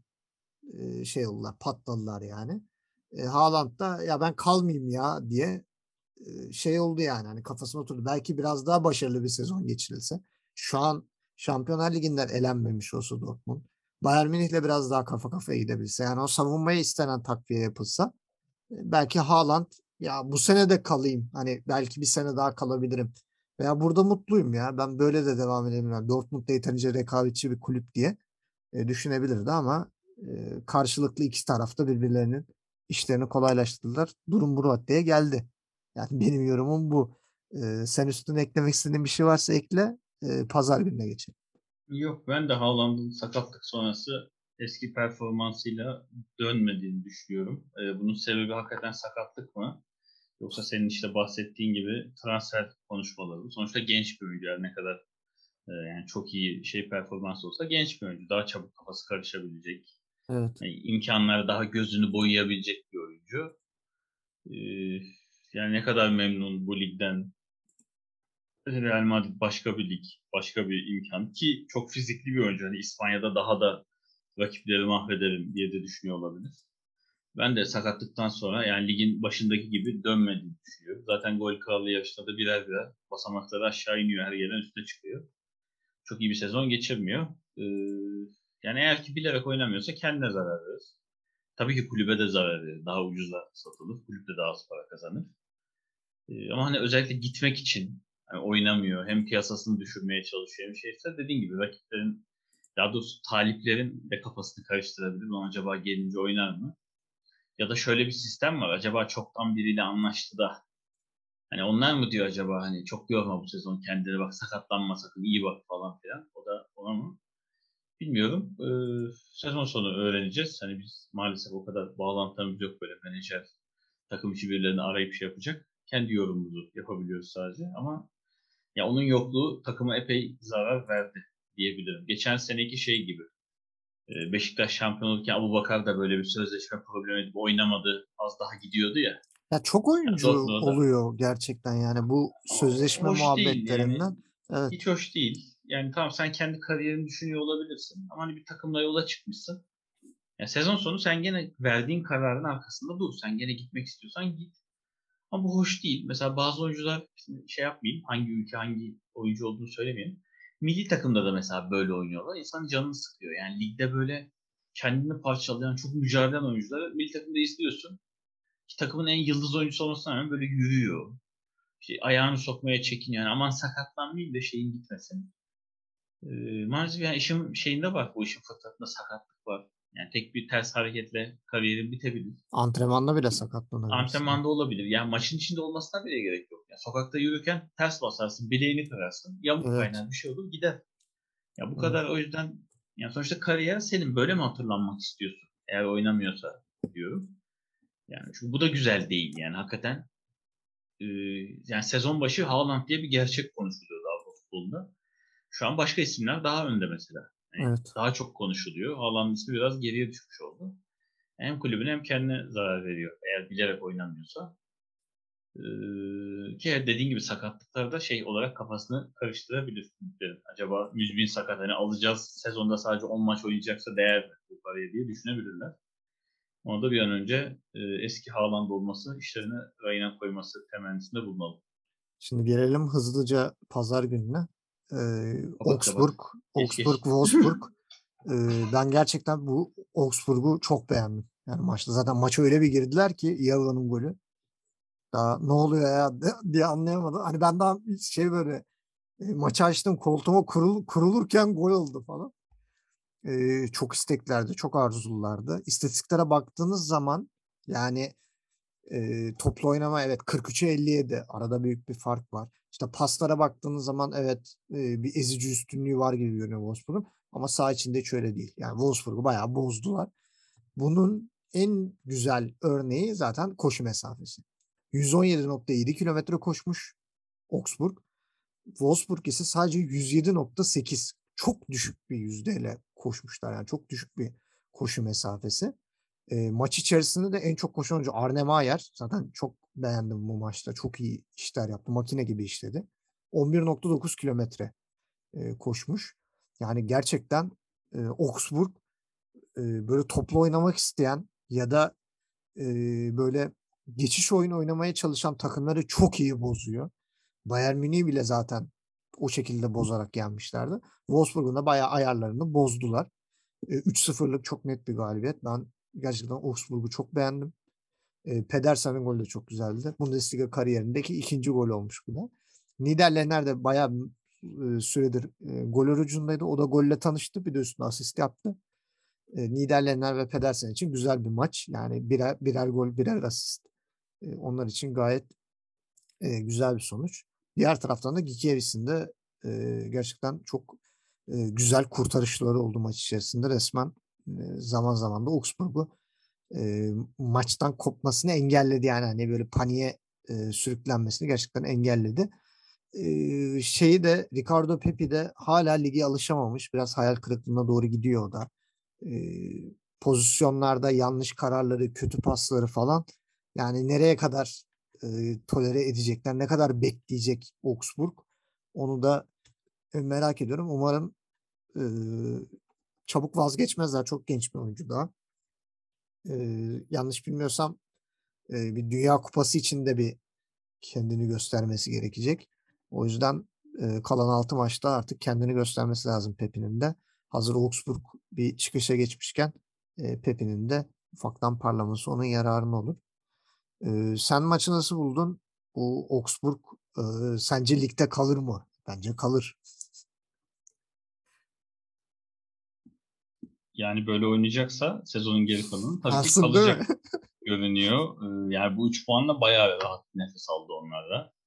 e, şey oldular, patladılar yani. E, Haaland da ya ben kalmayayım ya diye e, şey oldu yani hani kafasına oturdu. Belki biraz daha başarılı bir sezon geçirilse. Şu an Şampiyonlar Ligi'nden elenmemiş olsa Dortmund. Bayern Münih'le biraz daha kafa kafaya gidebilse. Yani o savunmaya istenen takviye yapılsa e, belki Haaland ya bu sene de kalayım. Hani belki bir sene daha kalabilirim. Veya burada mutluyum ya. Ben böyle de devam edebilirim. Yani Dortmund'da yeterince rekabetçi bir kulüp diye e, düşünebilirdi ama e, karşılıklı iki tarafta birbirlerinin işlerini kolaylaştırdılar. Durum bu raddeye geldi. Yani benim yorumum bu. E, sen üstüne eklemek istediğin bir şey varsa ekle. E, pazar gününe geçelim. Yok, ben de Haaland'ın sakatlık sonrası eski performansıyla dönmediğini düşünüyorum. Ee, bunun sebebi hakikaten sakatlık mı? Yoksa senin işte bahsettiğin gibi transfer konuşmaları mı? Sonuçta genç bir oyuncu. Yani ne kadar e, yani çok iyi şey performans olsa genç bir oyuncu. Daha çabuk kafası karışabilecek. Evet. Yani imkanları daha gözünü boyayabilecek bir oyuncu. Ee, yani ne kadar memnun bu ligden. Real Madrid başka bir lig, başka bir imkan ki çok fizikli bir oyuncu. Hani İspanya'da daha da rakipleri mahvederim diye de düşünüyor olabilir. Ben de sakatlıktan sonra yani ligin başındaki gibi dönmediğini düşünüyorum. Zaten gol kralı yarışta da birer birer basamakları aşağı iniyor. Her gelen üstüne çıkıyor. Çok iyi bir sezon geçirmiyor. Ee, yani eğer ki bilerek oynamıyorsa kendine zarar verir. Tabii ki kulübe de zarar verir. Daha ucuza satılır. Kulüp de daha az para kazanır. Ee, ama hani özellikle gitmek için hani oynamıyor. Hem piyasasını düşürmeye çalışıyor hem şeyse dediğin gibi rakiplerin daha doğrusu taliplerin de kafasını karıştırabilir. Ulan acaba gelince oynar mı? Ya da şöyle bir sistem var. Acaba çoktan biriyle anlaştı da Hani onlar mı diyor acaba hani çok yorma bu sezon kendine bak sakatlanma sakın iyi bak falan filan. O da ona mı? Bilmiyorum. Ee, sezon sonu öğreneceğiz. Hani biz maalesef o kadar bağlantılarımız yok böyle menajer takım içi birilerini arayıp şey yapacak. Kendi yorumumuzu yapabiliyoruz sadece ama ya onun yokluğu takıma epey zarar verdi diyebilirim. Geçen seneki şey gibi. e, Beşiktaş şampiyon olurken Abubakar da böyle bir sözleşme problemi edip oynamadı. Az daha gidiyordu ya. Ya çok Yani oyuncu Dortmund'a da oluyor gerçekten yani bu sözleşme hoş değil yani. muhabbetlerinden. Evet, Hiç hoş değil. Yani tamam sen kendi kariyerini düşünüyor olabilirsin. Ama hani bir takımla yola çıkmışsın. Ya sezon sonu sen gene verdiğin kararın arkasında dur. Sen gene gitmek istiyorsan git. Ama bu hoş değil. Mesela bazı oyuncular şimdi şey yapmayayım. Hangi ülke hangi oyuncu olduğunu söylemeyeyim. Milli takımda da mesela böyle oynuyorlar. İnsanın canını sıkıyor. Yani ligde böyle kendini parçalayan çok mücadele eden oyuncuları milli takımda izliyorsun. Ki takımın en yıldız oyuncusu olmasına rağmen böyle yürüyor. İşte ayağını sokmaya çekiniyor. Yani aman sakatlanmayayım da şeyin gitmesin. Ee, maalesef yani işin şeyinde var. Bu işin fıtratında sakatlık var. Yani tek bir ters hareketle kariyerin bitebilir. antrenmanda bile sakatlanabilirsin. Antrenmanda olabilir. Yani maçın içinde olmasına bile gerek yok. Yani sokakta yürürken ters basarsın, bileğini kırarsın, yamuk Evet, kaynar bir şey olur gider. Ya bu evet. kadar o yüzden yani sonuçta kariyer senin böyle mi hatırlanmak istiyorsun? Eğer oynamıyorsa diyorum. Yani çünkü bu da güzel değil yani hakikaten. E, yani sezon başı Haaland diye bir gerçek konuşuluyordu Avrupa futbolunda. Şu an başka isimler daha önde mesela. Yani Evet. daha çok konuşuluyor. Haaland'ın ismi biraz geriye düşmüş oldu. Hem kulübüne hem kendine zarar veriyor. Eğer bilerek oynamıyorsa. Ee, ki dediğin gibi sakatlıklarda şey olarak kafasını karıştırabilir. kulüplerin. Acaba yüz bin sakat hani alacağız sezonda sadece on maç oynayacaksa değer mi bu paraya diye düşünebilirler. Onu da bir an önce e, eski Haaland olması işlerine rayına koyması temennisinde bulunalım. Şimdi gelelim hızlıca pazar gününe. Ee, Kapat kapat. Augsburg, Geç Augsburg, geç. Wolfsburg. Ee, ben gerçekten bu Augsburg'u çok beğendim. Yani maçta zaten maça öyle bir girdiler ki Yavru'nun golü. Daha ne oluyor ya de- diye anlayamadım. Hani ben daha şey böyle e, maçı açtım koltuğuma kurul, kurulurken gol oldu falan. Ee, çok isteklerdi, çok arzululardı. İstatistiklere baktığınız zaman yani e, toplu oynama evet kırk üçe elli yedi. Arada büyük bir fark var. İşte paslara baktığınız zaman evet e, bir ezici üstünlüğü var gibi görünüyor Wolfsburg'un. Ama saha içinde hiç öyle değil. Yani Wolfsburg'u bayağı bozdular. Bunun en güzel örneği zaten koşu mesafesi. yüz on yedi nokta yedi kilometre koşmuş Augsburg. Wolfsburg ise sadece yüz yedi nokta sekiz. Çok düşük bir yüzdeyle koşmuşlar. Yani çok düşük bir koşu mesafesi. E, maç içerisinde de en çok koşan oyuncu Arne Mayer. Zaten çok beğendim bu maçta. Çok iyi işler yaptı. Makine gibi işledi. on bir nokta dokuz kilometre e, koşmuş. Yani gerçekten e, Augsburg e, böyle toplu oynamak isteyen ya da e, böyle geçiş oyunu oynamaya çalışan takımları çok iyi bozuyor. Bayern Münih'i bile zaten o şekilde bozarak yenmişlerdi. Wolfsburg'un da bayağı ayarlarını bozdular. E, üç sıfırlık çok net bir galibiyet. Ben gerçekten Augsburg'u çok beğendim. E, Pedersen'in golü de çok güzeldi. Bundesliga kariyerindeki ikinci gol olmuş bu da. Niederlechner de bayağı e, süredir e, gol orucundaydı. O da golle tanıştı. Bir de üstüne asist yaptı. E, Niederlechner ve Pedersen için güzel bir maç. Yani birer, birer gol, birer asist. E, onlar için gayet e, güzel bir sonuç. Diğer taraftan da Gikieris'in de e, gerçekten çok e, güzel kurtarışları oldu maç içerisinde. Resmen e, zaman zaman da Augsburg'u e, maçtan kopmasını engelledi. Yani hani böyle paniğe e, sürüklenmesini gerçekten engelledi. E, şeyi de Ricardo Pepi de hala lige alışamamış. Biraz hayal kırıklığına doğru gidiyor o da. E, pozisyonlarda yanlış kararları, kötü pasları falan. Yani nereye kadar e, tolere edecekler, ne kadar bekleyecek Augsburg onu da e, merak ediyorum. Umarım e, çabuk vazgeçmezler. Çok genç bir oyuncu daha. E, yanlış bilmiyorsam e, bir Dünya Kupası için de bir kendini göstermesi gerekecek. O yüzden e, kalan altı maçta artık kendini göstermesi lazım Pepi'nin de. Hazır Augsburg bir çıkışa geçmişken e, Pepi'nin de ufaktan parlaması onun yararına olur. E, sen maçı nasıl buldun? Bu Augsburg e, sence ligde kalır mı? Bence kalır. Yani böyle oynayacaksa sezonun geri kalanı tabii ki Kalsın değil mi? kalacak görünüyor. Ee, yani bu üç puanla bayağı rahat bir nefes aldı onlar da.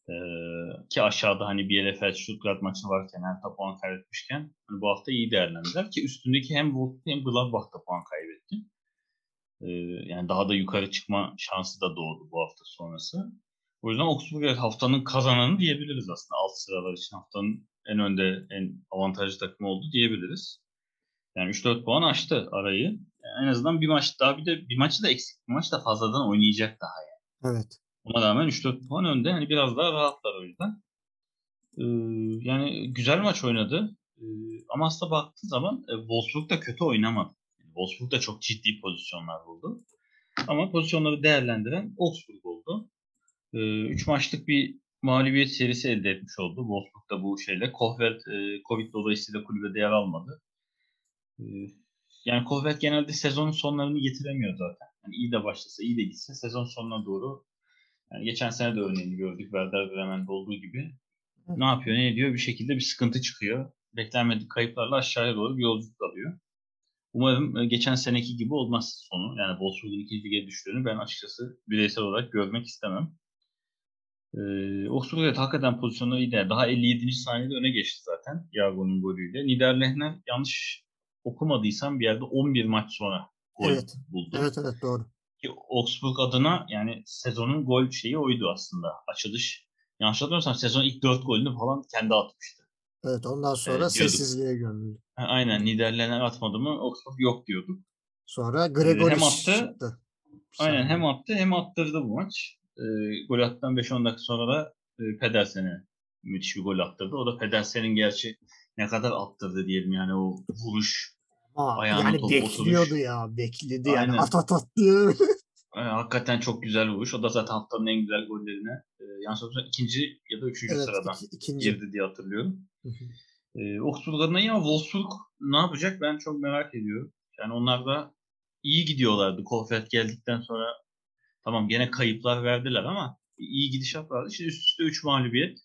Ee, ki aşağıda hani Bielefeld-Stuttgart maçı varken Hertha puan kaybetmişken hani bu hafta iyi değerlendiler ki üstündeki hem Wolfsburg hem Gladbach da puan kaybetti. Ee, yani daha da yukarı çıkma şansı da doğdu bu hafta sonrası. O yüzden Augsburg haftanın kazananı diyebiliriz aslında. Alt sıralar için haftanın en önde, en avantajlı takımı oldu diyebiliriz. Yani üç dört puan aştı arayı. Yani en azından bir maç daha, bir de bir maçı da eksik. Bir maç da fazladan oynayacak daha yani. Evet. Ona rağmen üç dört puan önde. Hani biraz daha rahatlar o yüzden. Ee, yani güzel maç oynadı. Ee, ama aslında baktığı zaman e, Wolfsburg da kötü oynamadı. Yani Wolfsburg da çok ciddi pozisyonlar buldu. Ama pozisyonları değerlendiren Augsburg oldu. üç maçlık bir mağlubiyet serisi elde etmiş oldu. Wolfsburg da bu şeyle. Kohfeldt e, Covid dolayısıyla kulübede yer almadı. E, yani Kohfeldt genelde sezonun sonlarını getiremiyor zaten. Yani iyi de başlasa, iyi de gitse sezon sonuna doğru. Yani geçen sene de örneğini gördük. Werder Bremen'de olduğu gibi. Ne yapıyor, ne ediyor? Bir şekilde bir sıkıntı çıkıyor. Beklenmedik kayıplarla aşağıya doğru bir yolculuk alıyor. Umarım e, geçen seneki gibi olmaz sonu. Yani Wolfsburg'un ikinci lige düştüğünü ben açıkçası bireysel olarak görmek istemem. Ee, Augsburg evet hakikaten pozisyonları iyi değil. Daha elli yedinci saniyede öne geçti zaten Yago'nun golüyle. Niederlechner yanlış okumadıysam bir yerde on bir maç sonra gol Evet. buldu. Evet evet doğru. Ki Augsburg adına yani sezonun gol şeyi oydu aslında. Açılış. Yanlış hatırlamıyorsam sezon ilk dört golünü falan kendi atmıştı. Evet ondan sonra Ee, diyorduk. sessizliğe gömüldü. Ha, aynen Niederlechner atmadı mı Augsburg yok diyorduk. Sonra Ee, hem Gregoris attı çıktı. aynen hem Sahneye. attı hem attırdı bu maç. E, gol attıktan beş on dakika sonra da e, Pedersen'e müthiş bir gol attırdı. O da Pedersen'in gerçi ne kadar attırdı diyelim yani o vuruş, Ama ayağına yani top bekliyordu oturuş. ya. Bekledi yani. At Aynen. at at diye. E, hakikaten çok güzel vuruş. O da zaten haftanın en güzel gollerine. E, yanlış hatırlamıyorsam ikinci ya da üçüncü Evet iki, sıradan ikinci. girdi diye hatırlıyorum. E, Augsburg adına ya Wolfsburg ne yapacak ben çok merak ediyorum. Yani onlar da iyi gidiyorlardı. Kohfeldt geldikten sonra tamam gene kayıplar verdiler ama iyi gidişat vardı. Şimdi üst üste üç mağlubiyet.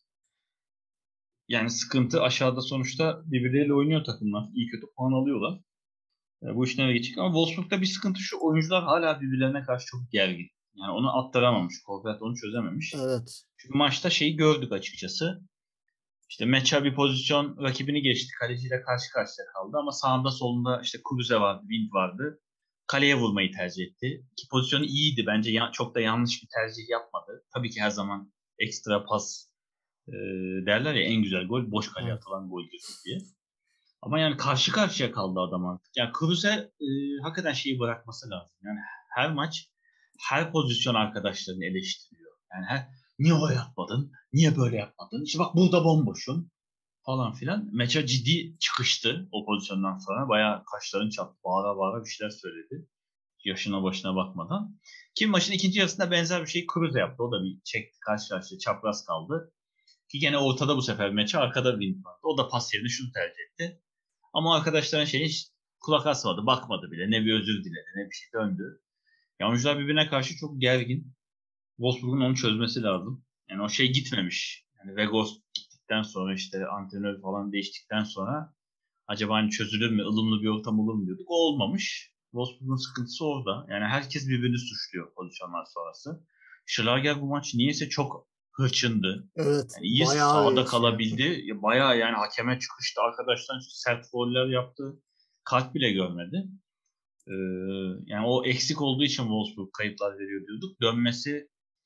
Yani sıkıntı aşağıda sonuçta birbirleriyle oynuyor takımlar. İyi kötü puan alıyorlar. E, bu iş nereye geçecek? Ama Wolfsburg'da bir sıkıntı şu. Oyuncular hala birbirlerine karşı çok gergin. Yani onu attıramamış. Kohfeldt onu çözememiş. Evet. Çünkü maçta şeyi gördük açıkçası. İşte Meça bir pozisyon rakibini geçti. Kaleciyle karşı karşıya kaldı ama sağında solunda işte Kruse vardı, Wind vardı. Kaleye vurmayı tercih etti. Ki pozisyonu iyiydi. Bence ya, çok da yanlış bir tercih yapmadı. Tabii ki her zaman ekstra pas e, derler ya en güzel gol boş kaleye Evet. atılan goldür diye. Ama yani karşı karşıya kaldı adam artık. Yani Kruse e, hakikaten şeyi bırakması lazım. Yani her maç her pozisyon arkadaşlarını eleştiriyor. Yani her, niye öyle yapmadın? Niye böyle yapmadın? İşte bak burada bomboşum falan filan. Meça ciddi çıkıştı o pozisyondan sonra. Bayağı kaşlarını çattı. Bağıra bağıra bir şeyler söyledi. Yaşına başına bakmadan. Kim maçın ikinci yarısında benzer bir şey Kruse yaptı. O da bir çekti karşı karşıya çapraz kaldı. Ki gene ortada bu sefer Meça arkada Wind vardı. O da pas yerine şunu tercih etti. Ama arkadaşların şeyi hiç kulak asmadı. Bakmadı bile. Ne bir özür diledi ne bir şey döndü. Ya oyuncular birbirine karşı çok gergin. Wolfsburg'un onu çözmesi lazım. Yani o şey gitmemiş. Yani Weghorst gittikten sonra işte antrenör falan değiştikten sonra acaba hani çözülür mü, ılımlı bir ortam olur mu diyorduk. O olmamış. Wolfsburg'un sıkıntısı orada. Yani herkes birbirini suçluyor pozisyonlar sonrası. Schlager bu maç niyeyse çok hırçındı. Evet. Yani iyi Bayağı sahada bir şey yaptı. kalabildi. Ya bayağı yani hakeme çıkıştı. Arkadaşlar sert fauller yaptı. Kart bile görmedi. Ee, yani o eksik olduğu için Wolfsburg kayıplar veriyor diyorduk. Dönmesi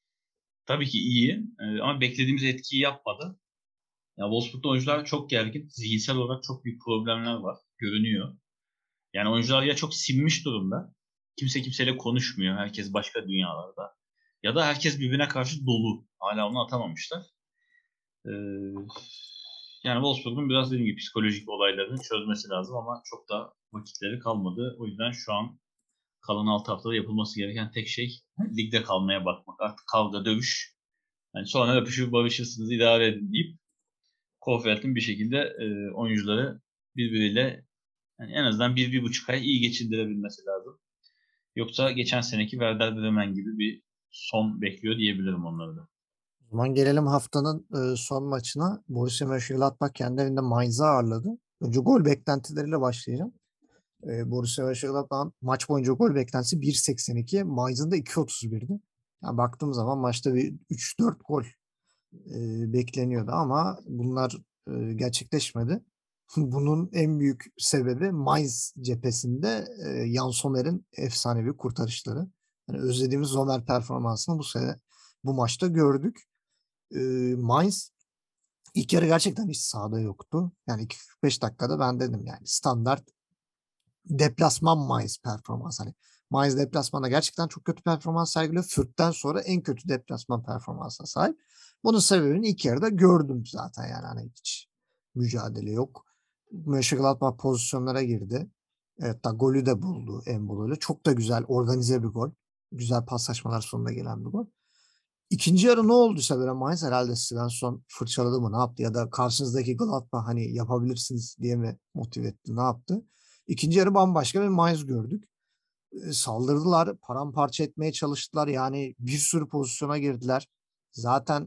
tabii ki iyi Ee, ama beklediğimiz etkiyi yapmadı. Ya Wolfsburg'da oyuncular çok gergin. Zihinsel olarak çok büyük problemler var. Görünüyor. Yani oyuncular ya çok sinmiş durumda. Kimse kimseyle konuşmuyor. Herkes başka dünyalarda. Ya da herkes birbirine karşı dolu. Hala onu atamamışlar. Ee, yani Wolfsburg'un biraz dediğim gibi psikolojik olaylarını çözmesi lazım ama çok da vakitleri kalmadı. O yüzden şu an kalan altı haftada yapılması gereken tek şey ligde kalmaya bakmak. Artık kavga, dövüş. Yani sonra öpüşüp barışırsınız, idare edin deyip Kohfeldt'in bir şekilde e, oyuncuları birbiriyle yani en azından bir, bir buçuk ay iyi geçindirebilmesi lazım. Yoksa geçen seneki Werder Bremen gibi bir son bekliyor diyebilirim onları da. O zaman gelelim haftanın e, son maçına. Borussia Mönchengladbach kendi evinde Mainz'ı ağırladı. Önce gol beklentileriyle başlayacağım. E, Borussia Mönchengladbach'ın maç boyunca gol beklentisi bir seksen iki. Mainz'ın da iki otuz birdi. Yani baktığım zaman maçta bir üç dört gol e, bekleniyordu ama bunlar e, gerçekleşmedi. Bunun en büyük sebebi Mainz cephesinde e, Jan Sommer'in efsanevi kurtarışları. Yani özlediğimiz Sommer performansını bu sene bu maçta gördük. E, Mainz ilk yarı gerçekten hiç sahada yoktu. Yani ilk kırk beş dakikada ben dedim yani standart deplasman Mainz performans. Hani Mainz deplasmanda gerçekten çok kötü performans sergiliyor. Fürth'ten sonra en kötü deplasman performansına sahip. Bunun sebebini ilk yarıda gördüm zaten yani hani hiç mücadele yok. Mönchengladbach pozisyonlara girdi. Evet, da golü de buldu Embolo'yla. Çok da güzel organize bir gol. Güzel paslaşmalar sonunda gelen bir gol. İkinci yarı ne olduysa böyle Mainz herhalde Svensson fırçaladı mı ne yaptı ya da karşınızdaki Gladbach hani yapabilirsiniz diye mi motive etti ne yaptı? İkinci yarı bambaşka bir Mainz gördük. E, saldırdılar, paramparça etmeye çalıştılar. Yani bir sürü pozisyona girdiler. Zaten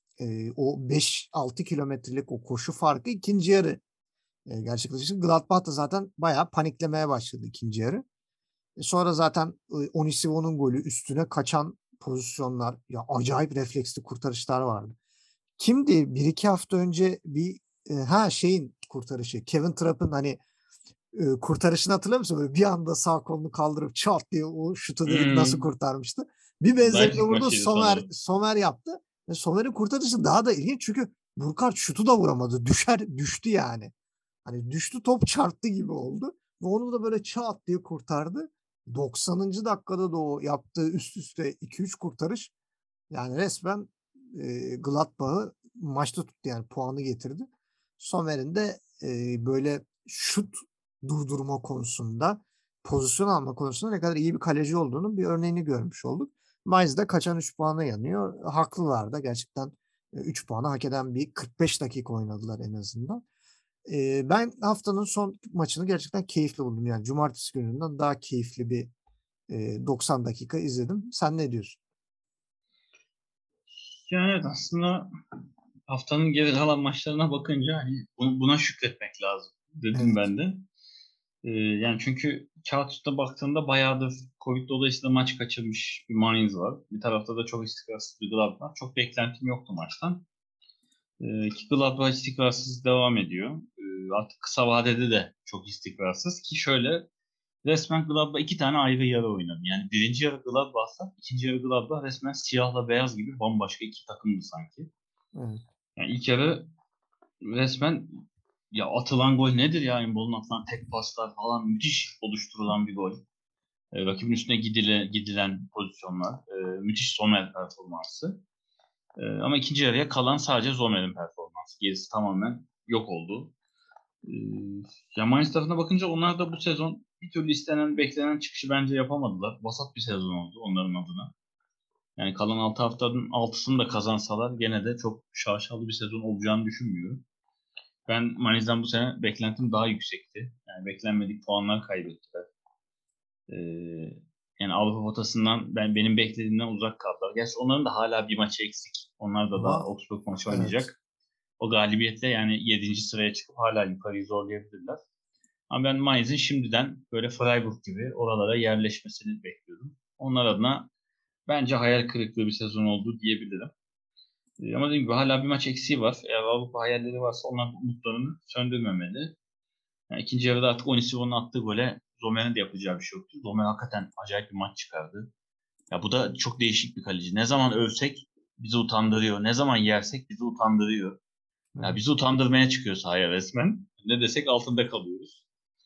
e, o beş altı kilometrelik o koşu farkı ikinci yarı e, gerçekleşti. Gladbach da zaten bayağı paniklemeye başladı ikinci yarı. E, sonra zaten e, Onisivo'nun golü üstüne kaçan pozisyonlar ya acayip refleksli kurtarışlar vardı. Kimdi? Bir iki hafta önce bir e, ha şeyin kurtarışı. Kevin Trapp'ın hani e, kurtarışını hatırlar mısın? Böyle bir anda sağ kolunu kaldırıp çat diye o şutu direkt nasıl Hmm. kurtarmıştı. Bir benzerini Leipzig burada maçıydı Sommer, sanırım. Sommer yaptı. Ve Sommer'in kurtarışı daha da ilginç çünkü Burkhardt şutu da vuramadı. Düşer, düştü yani. Hani düştü top çarptı gibi oldu. Ve onu da böyle çat diye kurtardı. doksanıncı dakikada da o yaptığı üst üste iki üç kurtarış yani resmen e, Gladbach'ı maçta tuttu yani puanı getirdi. Sommer'in de e, böyle şut durdurma konusunda pozisyon alma konusunda ne kadar iyi bir kaleci olduğunun bir örneğini görmüş olduk. Mainz'de kaçan üç puana yanıyor. Haklılar da gerçekten üç puanı hak eden bir kırk beş dakika oynadılar en azından. E, ben haftanın son maçını gerçekten keyifli buldum. Yani cumartesi gününden daha keyifli bir e, doksan dakika izledim. Sen ne diyorsun? Yani evet, aslında haftanın geri kalan maçlarına bakınca hani bu- buna şükretmek lazım dedim Evet. ben de. Ee, yani çünkü kağıt üstüne baktığında bayağıdır Covid dolayısıyla maç kaçırmış bir Mainz var. Bir tarafta da çok istikrarsız bir Gladbach. Çok beklentim yoktu maçtan. Ee, ki Gladbach istikrarsız devam ediyor. Ee, artık kısa vadede de çok istikrarsız ki şöyle resmen Gladbach iki tane ayrı yarı oynadı. Yani birinci yarı Gladbach'sa ikinci yarı Gladbach resmen siyahla beyaz gibi bambaşka iki takımdı sanki. Evet. Yani ilk yarı resmen ya atılan gol nedir ya? Embolo'nun atılan tek paslar falan müthiş oluşturulan bir gol. E, rakibin üstüne gidile, gidilen pozisyonlar. E, müthiş Sommer performansı. E, ama ikinci yarıya kalan sadece Sommer'in performansı. Gerisi tamamen yok oldu. E, ya Mainz tarafına bakınca onlar da bu sezon bir türlü istenen, beklenen çıkışı bence yapamadılar. Vasat bir sezon oldu onların adına. Yani kalan altı haftanın altısını da kazansalar gene de çok şaşalı bir sezon olacağını düşünmüyorum. Ben Mainz'den bu sene beklentim daha yüksekti. Yani beklenmedik puanlar kaybettiler. Ee, yani Avrupa potasından ben benim beklediğimden uzak kaldılar. Gerçi onların da hala bir maçı eksik. Onlar da daha Ama Augsburg maçı evet. oynayacak. O galibiyetle yani yedinci sıraya çıkıp hala yukarıyı zorlayabilirler. Ama ben Mainz'in şimdiden böyle Freiburg gibi oralara yerleşmesini bekliyordum. Onlar adına bence hayal kırıklığı bir sezon oldu diyebilirim. Ee, ama dediğim gibi hala bir maç eksiği var. Eğer Avrupa hayalleri varsa onlar umutlarını söndürmemeli. Yani ikinci yarıda artık Onisivo'nun attığı gole Zomer'in de yapacağı bir şey yoktu. Zomer hakikaten acayip bir maç çıkardı. Ya bu da çok değişik bir kaleci. Ne zaman övsek bizi utandırıyor. Ne zaman yersek bizi utandırıyor. Ya Evet. bizi utandırmaya çıkıyor sahaya resmen. Ne desek altında kalıyoruz.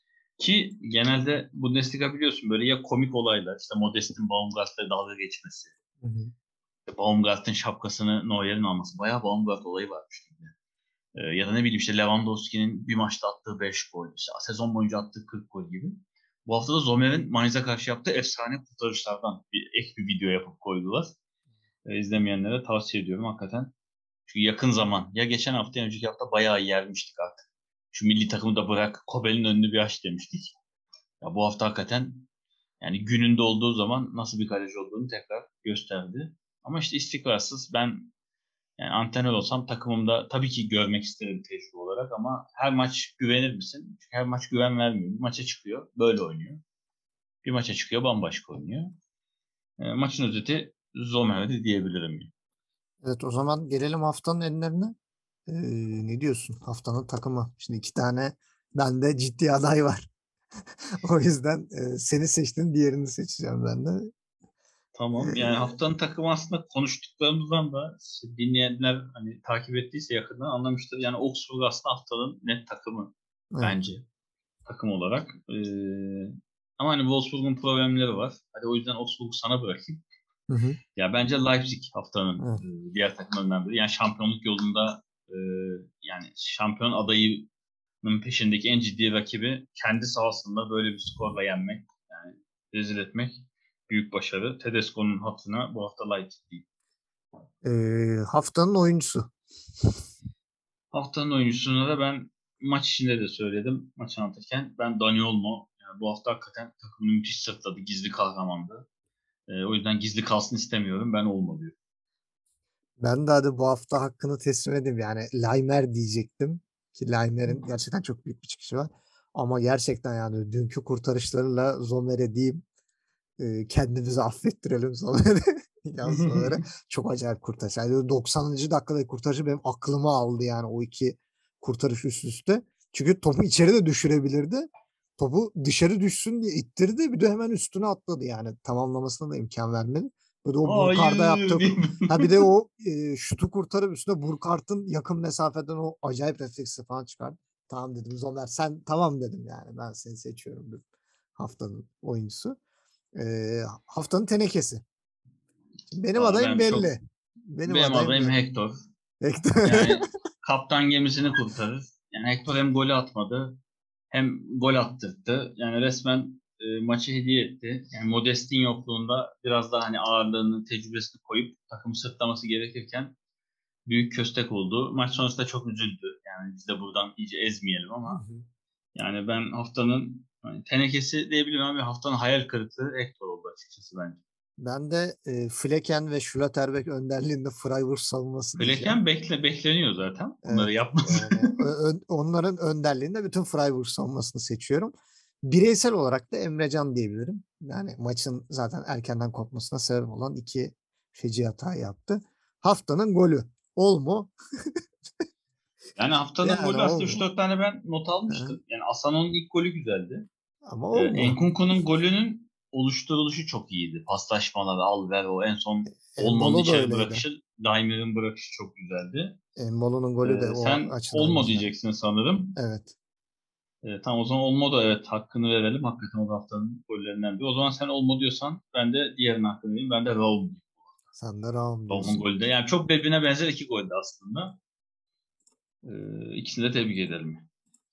Ki genelde Bundesliga biliyorsun böyle ya komik olaylar, işte Modest'in Baumgart'la dalga geçmesi, Hı hı. Baumgart'ın şapkasını Neuer'in alması. Bayağı Baumgart olayı varmış. Ee, ya da ne bileyim işte Lewandowski'nin bir maçta attığı beş gol, işte sezon boyunca attığı kırk gol gibi. Bu hafta da Zomer'in Mainz'e karşı yaptığı efsane kurtarışlardan bir ek bir video yapıp koydular. Ee, izlemeyenlere tavsiye ediyorum hakikaten. Çünkü yakın zaman ya geçen hafta ya önceki hafta bayağı yermiştik artık. Şu milli takımı da bırak Kobel'in önünü bir aç demiştik. Ya bu hafta hakikaten yani gününde olduğu zaman nasıl bir kaleci olduğunu tekrar gösterdi. Ama işte istikrarsız. Ben yani antrenör olsam takımımda tabii ki görmek isterim tecrübe olarak ama her maç güvenir misin? Çünkü her maç güven vermiyor. Bir maça çıkıyor, böyle oynuyor. Bir maça çıkıyor, bambaşka oynuyor. E, maçın özeti Zomer'di diyebilirim. Evet, o zaman gelelim haftanın enlerine. Ee, ne diyorsun? Haftanın takımı. Şimdi iki tane bende ciddi aday var. O yüzden e, seni seçtin, diğerini seçeceğim ben de. Tamam. Yani Ee, haftanın takımı aslında konuştuklarımızdan da dinleyenler hani takip ettiyse yakından anlamıştır. Yani Augsburg aslında haftanın net takımı evet. bence takım olarak. Ee, ama hani Wolfsburg'un problemleri var. Hadi o yüzden Augsburg'u sana bırakayım. Hı hı. Ya bence Leipzig haftanın Evet. e, diğer takımlarından biri. Yani şampiyonluk yolunda e, yani şampiyon adayının peşindeki en ciddi rakibi kendi sahasında böyle bir skorla yenmek, yani rezil etmek büyük başarı. Tedesco'nun hatırına bu hafta Leipzig değil. Ee, haftanın oyuncusu. Haftanın oyuncusuna da ben maç içinde de söyledim maç anlatırken. Ben Dani Olmo. Yani bu hafta hakikaten takımını müthiş sırtladı. Gizli kahramandı. E, o yüzden gizli kalsın istemiyorum. Ben Olmo diyorum. Ben de hadi bu hafta hakkını teslim edeyim. Yani Laimer diyecektim. Ki Laimer'in gerçekten çok büyük bir çıkışı var. Ama gerçekten yani dünkü kurtarışlarıyla Zomer'e diyeyim. e, kendimizi affettirelim Zomer'e. Ya Zomer'e çok acayip kurtarış. Yani doksanıncı dakikada kurtarışı benim aklımı aldı yani o iki kurtarış üst üste. Çünkü topu içeri de düşürebilirdi. Topu dışarı düşsün diye ittirdi. Bir de hemen üstüne atladı yani. Tamamlamasına da imkan vermedi. Bir de o Burkart'da Hayır yaptığı diyeyim. ha bir de o e, şutu kurtarıp üstüne Burkart'ın yakın mesafeden o acayip refleksi falan çıkardı. Tamam dedim Zomer, sen tamam dedim yani. Ben seni seçiyorum dedim. Haftanın oyuncusu. E, haftanın tenekesi. Şimdi benim Aa, adayım ben çok belli. Benim benim adayım adayım belli. Hector. Hector. Yani kaptan gemisini kurtarır. Yani Hector hem golü atmadı hem gol attırdı. Yani resmen e, maçı hediye etti. Yani Modest'in yokluğunda biraz daha hani ağırlığını, tecrübesini koyup takımı sırtlaması gerekirken büyük köstek oldu. Maç sonrasında çok üzüldü. Yani biz de buradan iyice ezmeyelim ama yani ben haftanın hani tenekesi diyebilirim ama haftanın hayal kırıklığı Hector oldu açıkçası bence. Ben de e, Flecken ve Schlotterbeck önderliğinde Freiburg savunması diyeceğim. Feleken bekle, bekleniyor zaten. Evet, Onları yapması. yani ö- ö- onların önderliğinde bütün Freiburg savunmasını seçiyorum. Bireysel olarak da Emrecan diyebilirim. Yani maçın zaten erkenden kopmasına sebep olan iki feci hata yaptı. Haftanın golü. Olmo. Yani haftanın Yani golü aslında Olmo. üç dört tane ben not Hı. almıştım. Yani Asano'nun ilk golü güzeldi. Ama Ee, Olmo. Enkunku'nun golünün oluşturuluşu çok iyiydi. Paslaşmaları, al ver, o en son Olmo'nun Embolo da içeri öyleydi. bırakışı, Daimer'in bırakışı çok güzeldi. Embolo'nun golü de Ee, o sen açıdan Olmo güzel. diyeceksin sanırım. Evet. Ee, tamam, o zaman Olmo da evet hakkını verelim. Hakikaten o da haftanın gollerinden biri. O zaman sen Olmo diyorsan ben de diğerine hakkını vereyim. Ben de Raum diyeyim. Sen de Raum Raum'un diyorsun. golü de. Yani çok birbirine benzer iki goldü aslında. Ee, ikisini de tebrik edelim.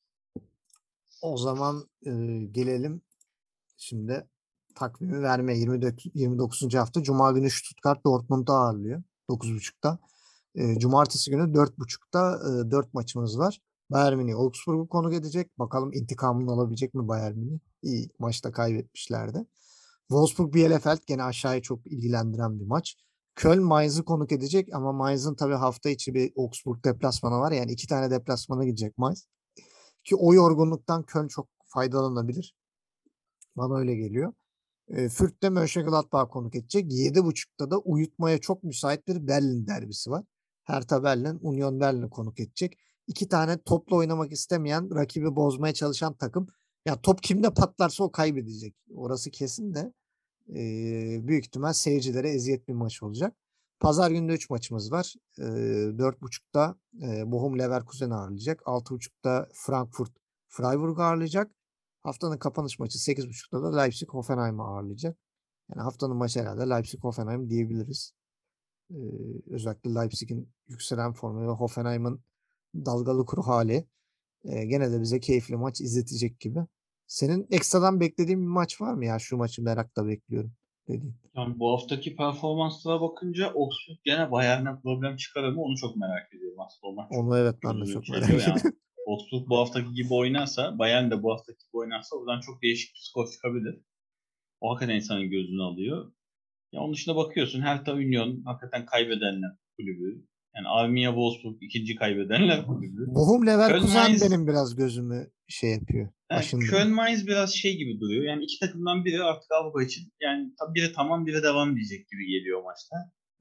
O zaman e, gelelim şimdi takvimi vermeye. yirmi dört, yirmi dokuzuncu hafta Cuma günü Stuttgart Dortmund'u ağırlıyor. dokuz buçukta. E, Cumartesi günü dört buçukta e, dört maçımız var. Bayern Münih Augsburg'u konuk edecek. Bakalım intikamını alabilecek mi Bayern Münih? İyi maçta kaybetmişlerdi. Wolfsburg Bielefeld gene aşağıya çok ilgilendiren bir maç. Köln Mainz'ı konuk edecek ama Mainz'ın tabii hafta içi bir Augsburg deplasmanı var. Yani iki tane deplasmana gidecek Mainz. Ki o yorgunluktan Köln çok faydalanabilir. Bana öyle geliyor. E, Fürth'te Mönchengladbach konuk edecek. yedi buçukta da uyutmaya çok müsait bir Berlin derbisi var. Hertha Berlin, Union Berlin'i konuk edecek. İki tane topla oynamak istemeyen, rakibi bozmaya çalışan takım. Ya top kimde patlarsa o kaybedecek. Orası kesin de e, büyük ihtimal seyircilere eziyet bir maç olacak. Pazar günü üç maçımız var. E, dört buçukta e, Bochum Leverkusen'i ağırlayacak. altı buçukta Frankfurt Freiburg'u ağırlayacak. Haftanın kapanış maçı sekiz buçukta da Leipzig Hoffenheim'i ağırlayacak. Yani haftanın maçı herhalde Leipzig Hoffenheim diyebiliriz. Ee, özellikle Leipzig'in yükselen formu ve Hoffenheim'in dalgalı kuru hali e, gene de bize keyifli maç izletecek gibi. Senin ekstradan beklediğin bir maç var mı ya? Şu maçı merakla bekliyorum dediğin. Yani bu haftaki performanslara bakınca Oxford gene Bayern'e problem çıkarır mı onu çok merak ediyorum. Aslında o maç çok Onu evet ben de gözümü çok çeliyor. merak Yani ediyorum. Oxford bu haftaki gibi oynarsa, Bayern de bu haftaki gibi oynarsa oradan çok değişik bir skor çıkabilir. O hakikaten insanın gözünü alıyor. Ya onun dışında bakıyorsun Hertha Union hakikaten kaybedenler kulübü. Yani Arminia Wolfsburg ikinci kaybedenler kulübü. Bochum Köln Leverkusen Mainz benim biraz gözümü şey yapıyor. yani Aşındırıyor. Köln Mainz biraz şey gibi duruyor. Yani iki takımdan biri artık Avrupa için yani tabii biri tamam biri devam diyecek gibi geliyor o maçta. Evet.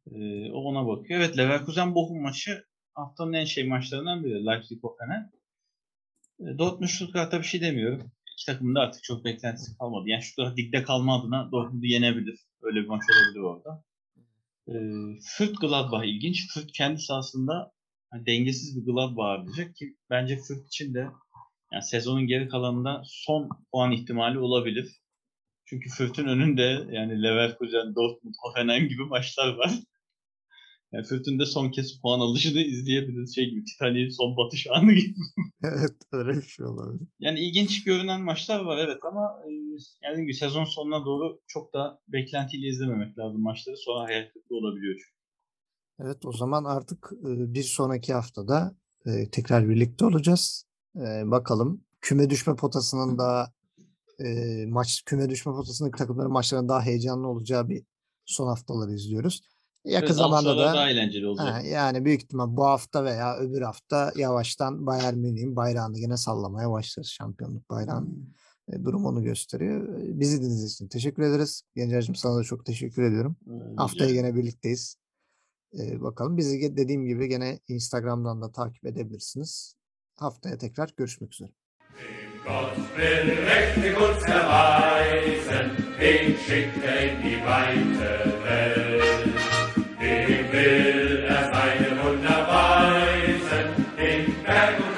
Ee, o ona bakıyor. Evet, Leverkusen-Bochum maçı haftanın en şey maçlarından biri. Leipzig-Hoffenheim. E, Dortmund Stuttgart'a bir şey demiyorum. İki takımın da artık çok beklentisi kalmadı. Yani Stuttgart ligde kalma adına Dortmund'u yenebilir. Öyle bir maç olabilir orada. E, Fürth-Gladbach ilginç. Fürth kendi sahasında yani dengesiz bir Gladbach ağırlayacak ki bence Fürth için de yani sezonun geri kalanında son puan ihtimali olabilir. Çünkü Fürth'ün önünde yani Leverkusen, Dortmund, Hoffenheim gibi maçlar var. Yani Fürth'ün de son kez puan alışını izleyebiliriz. Şey gibi, Titanic'in son batış anı gibi. Evet, öyle bir şey olabilir. Yani ilginç görünen maçlar var evet ama e, yani gibi sezon sonuna doğru çok da beklentiyle izlememek lazım maçları. Sonra hayal kırıklığı olabiliyor çünkü. Evet, o zaman artık e, bir sonraki haftada e, tekrar birlikte olacağız. E, bakalım küme düşme potasının da e, maç küme düşme potasındaki takımların maçlarının daha heyecanlı olacağı bir son haftaları izliyoruz. Yakın Evet, alt zamanda sıralar da daha eğlenceli olacak. ha, yani büyük ihtimal bu hafta veya öbür hafta yavaştan Bayern Münih'in bayrağını yine sallamaya başlarız. Şampiyonluk bayrağını. E, durum onu gösteriyor. E, Bizi dinlediğiniz için teşekkür ederiz. Gencer'cim, sana da çok teşekkür ediyorum. Ee, Haftaya rica gene birlikteyiz. E, bakalım, bizi ge- dediğim gibi gene Instagram'dan da takip edebilirsiniz. Haftaya tekrar görüşmek üzere. Gott will mächtig uns erweisen, den schickt er in die weite Welt. Dem will er seine Wunder weisen, den Berg und